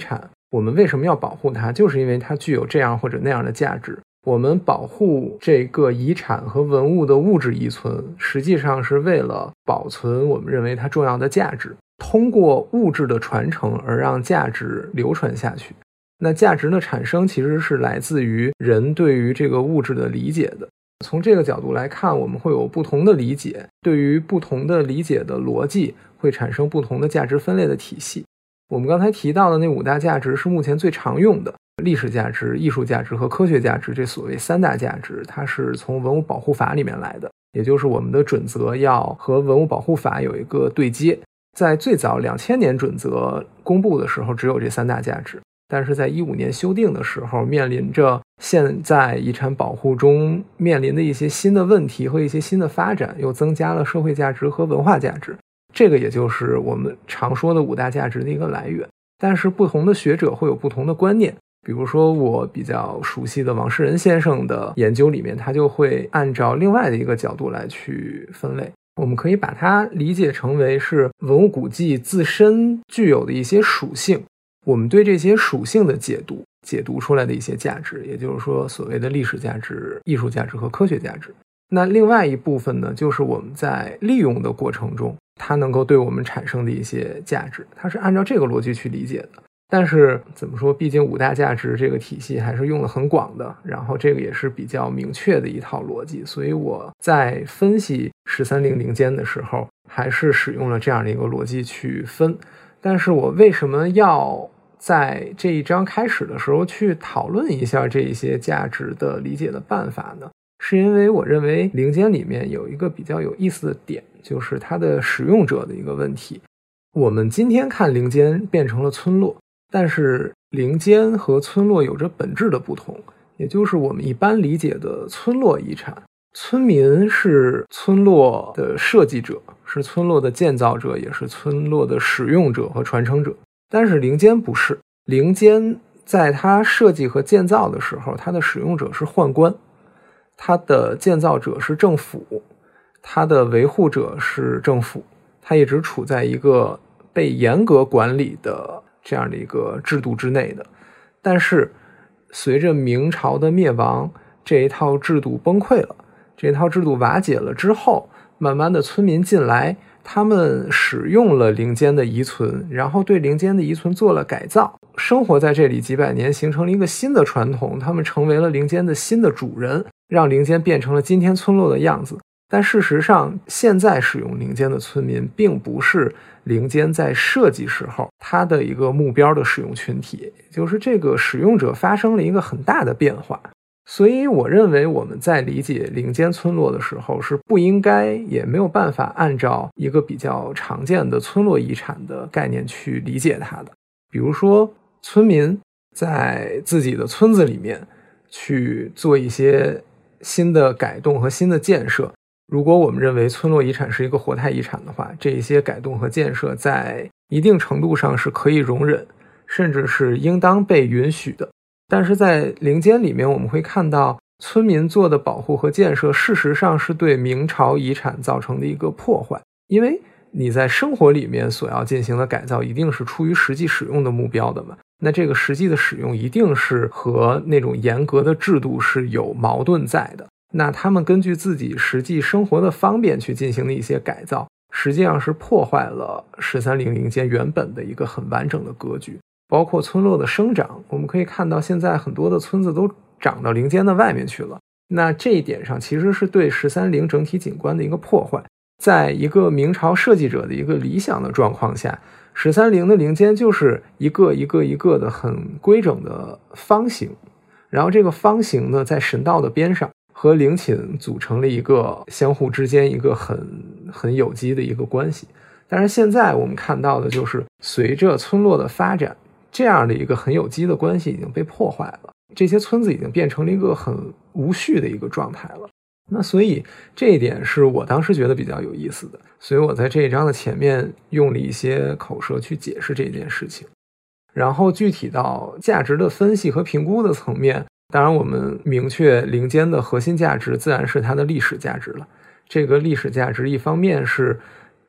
我们为什么要保护它？就是因为它具有这样或者那样的价值。我们保护这个遗产和文物的物质遗存，实际上是为了保存我们认为它重要的价值，通过物质的传承而让价值流传下去。那价值的产生其实是来自于人对于这个物质的理解的。从这个角度来看，我们会有不同的理解，对于不同的理解的逻辑会产生不同的价值分类的体系。我们刚才提到的那5大价值是目前最常用的，历史价值、艺术价值和科学价值，这所谓3大价值，它是从文物保护法里面来的，也就是我们的准则要和文物保护法有一个对接。在最早2000年准则公布的时候只有这3大价值，但是在15年修订的时候，面临着现在遗产保护中面临的一些新的问题和一些新的发展，又增加了社会价值和文化价值，这个也就是我们常说的5大价值的一个来源。但是不同的学者会有不同的观念，比如说我比较熟悉的王世仁先生的研究里面，他就会按照另外的一个角度来去分类。我们可以把它理解成为是文物古迹自身具有的一些属性，我们对这些属性的解读出来的一些价值，也就是说所谓的历史价值、艺术价值和科学价值。那另外一部分呢，就是我们在利用的过程中它能够对我们产生的一些价值，它是按照这个逻辑去理解的。但是怎么说，毕竟5大价值这个体系还是用的很广的，然后这个也是比较明确的一套逻辑，所以我在分析13陵陵间的时候还是使用了这样的一个逻辑去分。但是我为什么要在这一章开始的时候去讨论一下这一些价值的理解的办法呢？是因为我认为陵间里面有一个比较有意思的点，就是它的使用者的一个问题。我们今天看陵间变成了村落，但是陵间和村落有着本质的不同，也就是我们一般理解的村落遗产，村民是村落的设计者，是村落的建造者，也是村落的使用者和传承者。但是陵间不是，陵间在它设计和建造的时候，它的使用者是宦官，它的建造者是政府，它的维护者是政府，它一直处在一个被严格管理的这样的一个制度之内的。但是随着明朝的灭亡，这一套制度崩溃了，这一套制度瓦解了之后，慢慢的村民进来，他们使用了陵间的遗存，然后对陵间的遗存做了改造，生活在这里几百年，形成了一个新的传统，他们成为了陵间的新的主人，让陵间变成了今天村落的样子。但事实上，现在使用陵间的村民并不是陵间在设计时候它的一个目标的使用群体，就是这个使用者发生了一个很大的变化。所以我认为我们在理解陵间村落的时候是不应该也没有办法按照一个比较常见的村落遗产的概念去理解它的。比如说村民在自己的村子里面去做一些新的改动和新的建设，如果我们认为村落遗产是一个活态遗产的话，这一些改动和建设在一定程度上是可以容忍，甚至是应当被允许的。但是在陵间里面，我们会看到村民做的保护和建设，事实上是对明朝遗产造成的一个破坏。因为你在生活里面所要进行的改造，一定是出于实际使用的目标的嘛。那这个实际的使用一定是和那种严格的制度是有矛盾在的。那他们根据自己实际生活的方便去进行的一些改造，实际上是破坏了13陵陵间原本的一个很完整的格局。包括村落的生长，我们可以看到现在很多的村子都长到陵间的外面去了，那这一点上其实是对13陵整体景观的一个破坏。在一个明朝设计者的一个理想的状况下，13陵的陵间就是一个一个一个的很规整的方形，然后这个方形呢在神道的边上和陵寝组成了一个相互之间一个很有机的一个关系。但是现在我们看到的就是随着村落的发展，这样的一个很有机的关系已经被破坏了，这些村子已经变成了一个很无序的一个状态了。那所以这一点是我当时觉得比较有意思的，所以我在这一章的前面用了一些口舌去解释这件事情。然后具体到价值的分析和评估的层面，当然我们明确陵间的核心价值自然是它的历史价值了。这个历史价值一方面是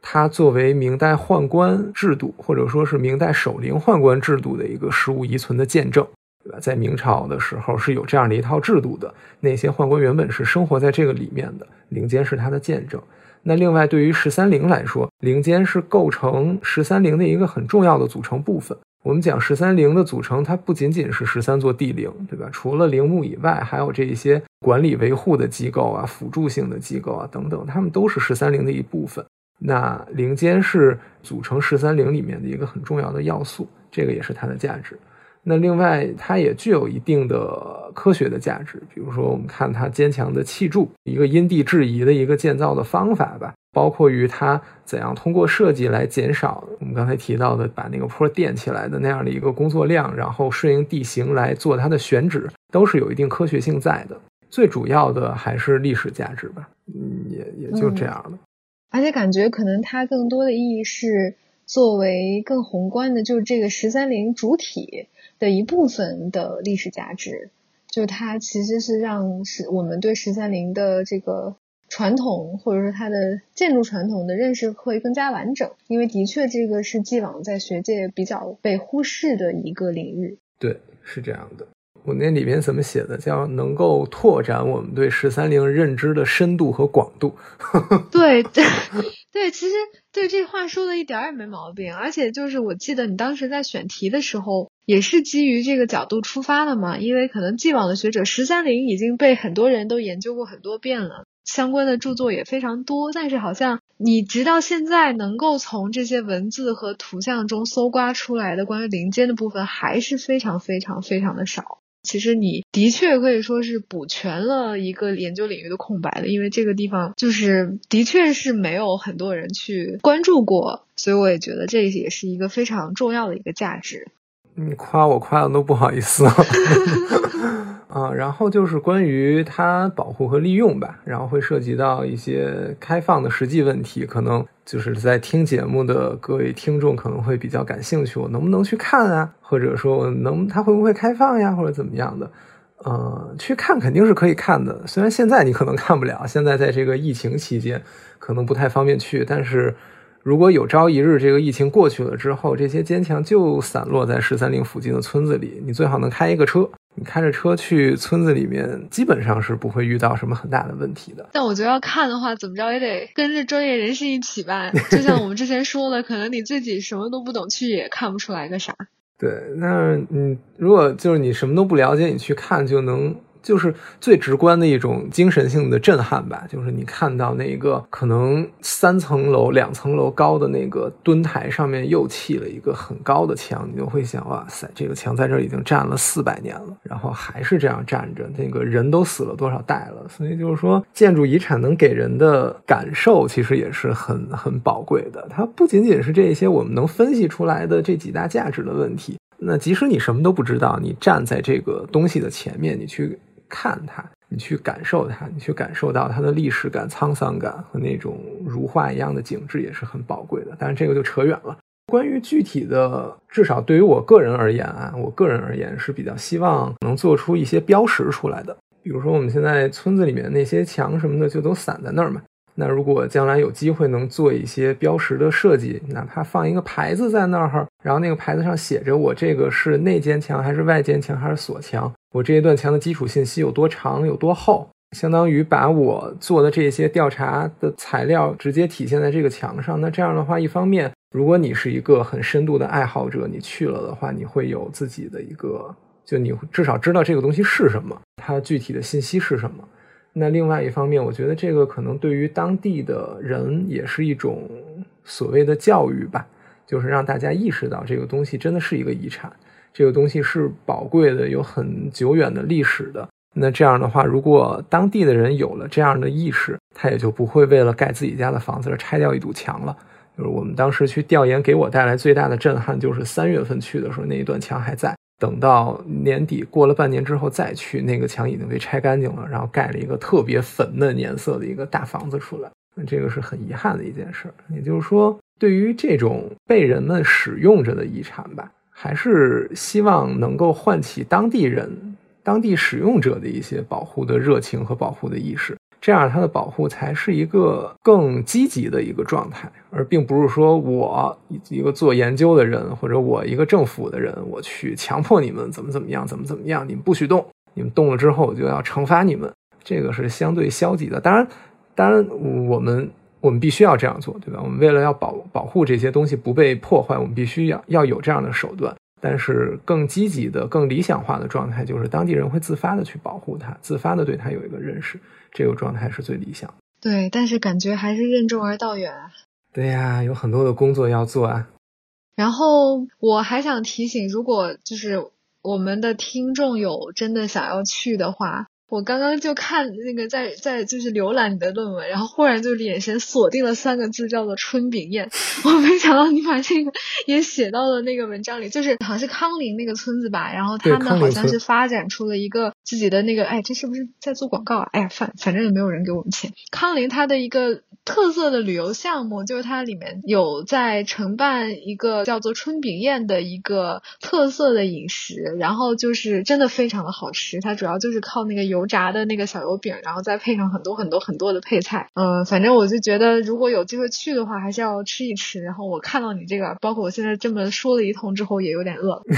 它作为明代宦官制度或者说是明代守陵宦官制度的一个实物遗存的见证，对吧？在明朝的时候是有这样的一套制度的，那些宦官原本是生活在这个里面的，陵监是它的见证。那另外对于13陵来说，陵监是构成13陵的一个很重要的组成部分。我们讲13陵的组成，它不仅仅是13座帝陵，对吧？除了陵墓以外，还有这些管理维护的机构啊、辅助性的机构啊等等，它们都是13陵的一部分。那陵监是组成13陵里面的一个很重要的要素，这个也是它的价值。那另外它也具有一定的科学的价值，比如说我们看它坚强的砌筑，一个因地制宜的一个建造的方法吧，包括于它怎样通过设计来减少我们刚才提到的把那个坡垫起来的那样的一个工作量，然后顺应地形来做它的选址，都是有一定科学性在的。最主要的还是历史价值吧，也就这样了。 而且感觉可能它更多的意义是作为更宏观的，就是这个13陵主体的一部分的历史价值，就它其实是让我们对13陵的这个传统或者说它的建筑传统的认识会更加完整，因为的确这个是既往在学界比较被忽视的一个领域。 对，是这样的。我那里面怎么写的，叫能够拓展我们对13陵认知的深度和广度。 对对，其实对这话说的一点也没毛病，而且就是我记得你当时在选题的时候也是基于这个角度出发的嘛，因为可能既往的学者13陵已经被很多人都研究过很多遍了，相关的著作也非常多，但是好像你直到现在能够从这些文字和图像中搜刮出来的关于陵监的部分还是非常非常非常的少。其实你的确可以说是补全了一个研究领域的空白的，因为这个地方就是的确是没有很多人去关注过，所以我也觉得这也是一个非常重要的一个价值。 你夸我夸的都不好意思了。然后就是关于它保护和利用吧，然后会涉及到一些开放的实际问题，可能就是在听节目的各位听众可能会比较感兴趣，我能不能去看啊，或者说它会不会开放呀，或者怎么样的。去看肯定是可以看的，虽然现在你可能看不了，现在在这个疫情期间可能不太方便去，但是如果有朝一日这个疫情过去了之后，这些坚强就散落在13陵附近的村子里，你最好能开一个车，你开着车去村子里面，基本上是不会遇到什么很大的问题的。 但我觉得要看的话，怎么着也得跟着专业人士一起吧。就像我们之前说的，可能你自己什么都不懂，去也看不出来个啥。 对，那如果就是你什么都不了解，你去看就是最直观的一种精神性的震撼吧，就是你看到那个可能3层楼2层楼高的那个墩台上面又砌了一个很高的墙，你就会想，哇塞，这个墙在这儿已经站了400年了，然后还是这样站着，那个人都死了多少代了。所以就是说建筑遗产能给人的感受其实也是很宝贵的，它不仅仅是这些我们能分析出来的这几大价值的问题，那即使你什么都不知道，你站在这个东西的前面，你去看它，你去感受它，你去感受到它的历史感、沧桑感和那种如画一样的景致也是很宝贵的。但是这个就扯远了。关于具体的，至少对于我个人而言是比较希望能做出一些标识出来的。比如说我们现在村子里面那些墙什么的就都散在那儿嘛，那如果将来有机会能做一些标识的设计，哪怕放一个牌子在那儿，然后那个牌子上写着我这个是内间墙还是外间墙还是锁墙，我这一段墙的基础信息有多长有多厚，相当于把我做的这些调查的材料直接体现在这个墙上。那这样的话，一方面如果你是一个很深度的爱好者，你去了的话，你会有自己的一个，就你至少知道这个东西是什么，它具体的信息是什么。那另外一方面，我觉得这个可能对于当地的人也是一种所谓的教育吧，就是让大家意识到这个东西真的是一个遗产，这个东西是宝贵的，有很久远的历史的。那这样的话，如果当地的人有了这样的意识，他也就不会为了盖自己家的房子而拆掉一堵墙了。就是我们当时去调研，给我带来最大的震撼就是3月份去的时候，那一段墙还在，等到年底过了半年之后再去，那个墙已经被拆干净了，然后盖了一个特别粉嫩颜色的一个大房子出来。那这个是很遗憾的一件事。也就是说，对于这种被人们使用着的遗产吧，还是希望能够唤起当地人、当地使用者的一些保护的热情和保护的意识。 这样它的保护才是一个更积极的一个状态，而并不是说我一个做研究的人或者我一个政府的人，我去强迫你们怎么样，你们不许动，你们动了之后我就要惩罚你们，这个是相对消极的。当然我们必须要这样做，对吧？我们为了要保护这些东西不被破坏，我们必须要有这样的手段。但是更积极的更理想化的状态就是当地人会自发的去保护它，自发的对它有一个认识，这个状态是最理想。 对，但是感觉还是任重而道远啊。 对呀，有很多的工作要做啊。 然后我还想提醒，如果就是我们的听众有真的想要去的话，我刚刚就看那个在就是浏览你的论文，然后忽然就眼神锁定了3个字，叫做春饼宴。我没想到你把这个也写到了那个文章里，就是好像是康陵那个村子吧，然后他们好像是发展出了一个自己的那个，这是不是在做广告啊？哎呀，反正也没有人给我们钱。康陵它的一个特色的旅游项目，就是它里面有在承办一个叫做春饼宴的一个特色的饮食，然后就是真的非常的好吃，它主要就是靠那个油炸的那个小油饼，然后再配上很多的配菜。反正我就觉得如果有机会去的话还是要吃一吃。然后我看到你这个，包括我现在这么说了一通之后也有点饿了。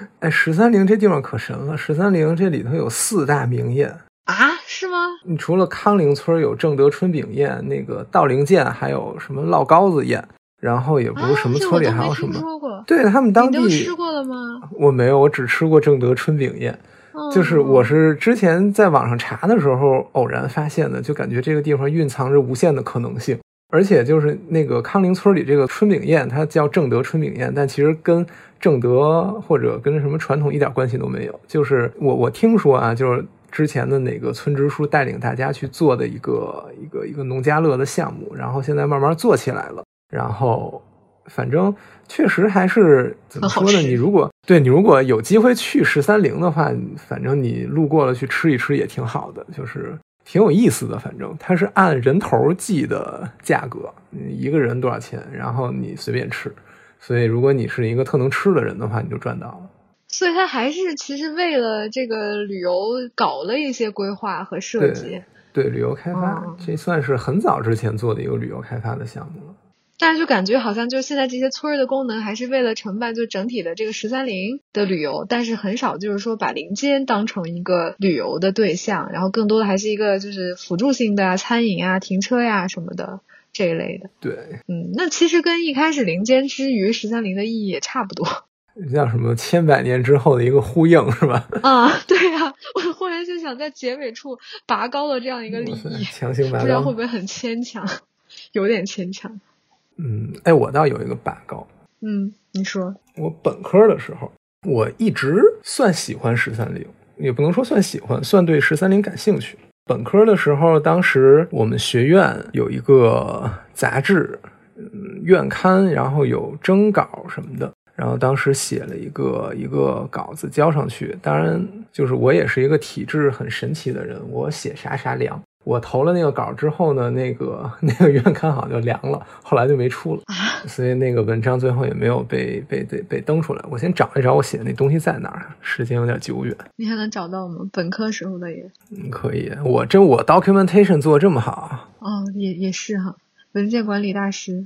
13陵这地方可神了，13陵这里头有4大名宴啊，是吗？ 你除了康陵村有正德春饼宴，那个道陵县还有什么烙糕子宴，然后也不是什么村里还有什么，对，他们当地。 你都吃过了吗？ 我没有，我只吃过正德春饼宴。就是我是之前在网上查的时候偶然发现的，就感觉这个地方蕴藏着无限的可能性。而且就是那个康陵村里这个春饼宴，它叫正德春饼宴，但其实跟正德或者跟什么传统一点关系都没有。就是我听说啊，就是之前的哪个村支书带领大家去做的一个农家乐的项目，然后现在慢慢做起来了，然后反正确实还是怎么说呢？你如果有机会去13陵的话，反正你路过了去吃一吃也挺好的，就是挺有意思的。反正它是按人头计的价格，一个人多少钱，然后你随便吃。所以如果你是一个特能吃的人的话，你就赚到了。 所以它还是其实为了这个旅游搞了一些规划和设计。 对，旅游开发，这算是很早之前做的一个旅游开发的项目了。 但是就感觉好像就现在这些村的功能还是为了承办就整体的这个13陵的旅游，但是很少就是说把陵间当成一个旅游的对象，然后更多的还是一个就是辅助性的餐饮啊、停车呀什么的这一类的。 对， 那其实跟一开始陵间之于13陵的意义也差不多。 像什么千百年之后的一个呼应是吧？ 对啊，我忽然就想在结尾处拔高了这样一个礼仪， 强行拔高， 不知道会不会很牵强，有点牵强。 我倒有一个拔高。 你说。 我本科的时候，我一直算喜欢13陵，也不能说算喜欢，算对13陵感兴趣。本科的时候，当时我们学院有一个杂志，院刊，然后有征稿什么的。然后当时写了一个稿子交上去，当然就是我也是一个体质很神奇的人，我写啥凉。我投了那个稿之后呢，那个院刊好像就凉了，后来就没出了，所以那个文章最后也没有被登出来。我先找一找我写的那东西在哪儿，时间有点久远。 你还能找到吗？本科时候的也可以。我 documentation 做这么好。 也是哈，文件管理大师。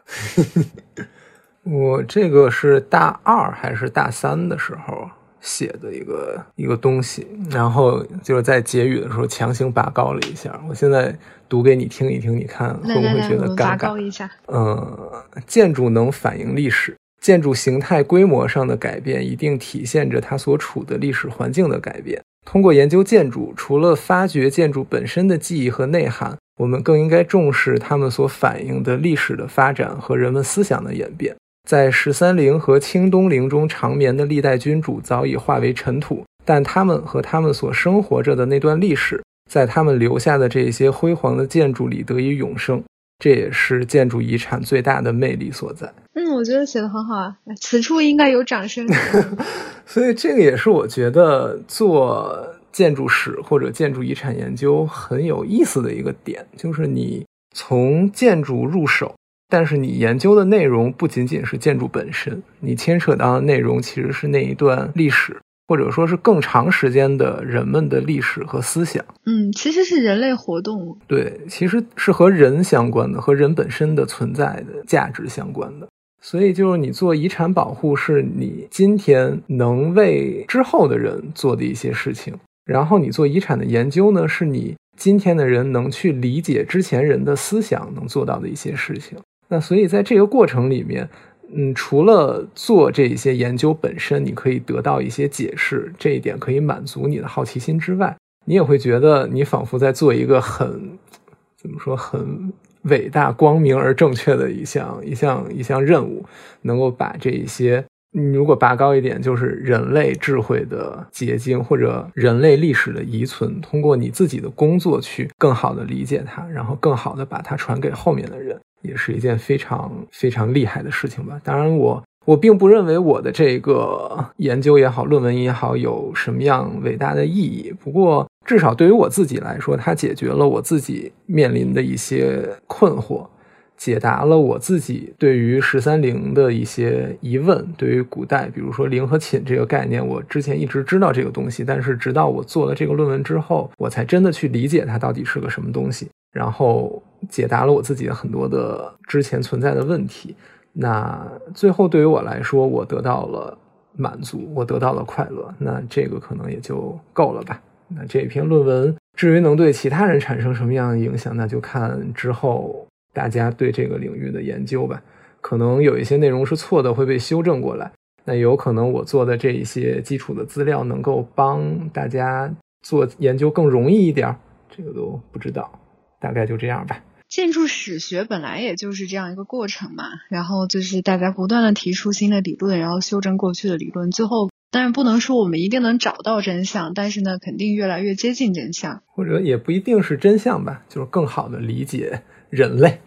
我这个是大2还是大3的时候写的一个东西，然后就是在结语的时候强行拔高了一下。我现在读给你听一听，你看会不会觉得尴尬？ 拔高一下。 建筑能反映历史，建筑形态规模上的改变一定体现着它所处的历史环境的改变。通过研究建筑，除了发掘建筑本身的记忆和内涵，我们更应该重视它们所反映的历史的发展和人们思想的演变。在13陵和清东陵中长眠的历代君主早已化为尘土，但他们和他们所生活着的那段历史，在他们留下的这些辉煌的建筑里得以永生，这也是建筑遗产最大的魅力所在。 我觉得写得很好啊，此处应该有掌声。 所以这个也是我觉得做建筑史或者建筑遗产研究很有意思的一个点，就是你从建筑入手，但是你研究的内容不仅仅是建筑本身，你牵扯到的内容其实是那一段历史。 或者说是更长时间的人们的历史和思想。 其实是人类活动。 对，其实是和人相关的，和人本身的存在的价值相关的。所以就是你做遗产保护是你今天能为之后的人做的一些事情，然后你做遗产的研究呢，是你今天的人能去理解之前人的思想能做到的一些事情。那所以在这个过程里面，除了做这些研究本身你可以得到一些解释，这一点可以满足你的好奇心之外，你也会觉得你仿佛在做一个很伟大光明而正确的一项任务，能够把这一些如果拔高一点就是人类智慧的结晶或者人类历史的遗存，通过你自己的工作去更好的理解它，然后更好的把它传给后面的人，也是一件非常非常厉害的事情吧。当然我并不认为我的这个研究也好论文也好有什么样伟大的意义，不过至少对于我自己来说，它解决了我自己面临的一些困惑，解答了我自己对于13陵的一些疑问。对于古代比如说陵和寝这个概念，我之前一直知道这个东西，但是直到我做了这个论文之后，我才真的去理解它到底是个什么东西，然后解答了我自己的很多的之前存在的问题。那最后对于我来说，我得到了满足，我得到了快乐，那这个可能也就够了吧。那这篇论文至于能对其他人产生什么样的影响，那就看之后大家对这个领域的研究吧。可能有一些内容是错的会被修正过来，那有可能我做的这一些基础的资料能够帮大家做研究更容易一点，这个都不知道，大概就这样吧。 建筑史学本来也就是这样一个过程嘛，然后就是大家不断的提出新的理论，然后修正过去的理论，最后当然不能说我们一定能找到真相，但是呢肯定越来越接近真相， 或者也不一定是真相吧，就是更好的理解人类。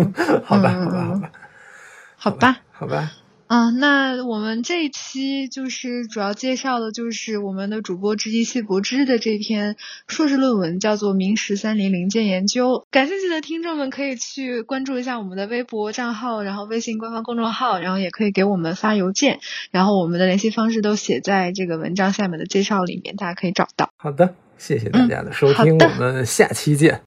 好吧。 那我们这一期就是主要介绍的就是我们的主播之一谢柏之的这篇硕士论文，叫做《明13陵陵建研究》。感兴趣的听众们可以去关注一下我们的微博账号，然后微信官方公众号，然后也可以给我们发邮件，然后我们的联系方式都写在这个文章下面的介绍里面，大家可以找到。 好的，谢谢大家的收听，我们下期见。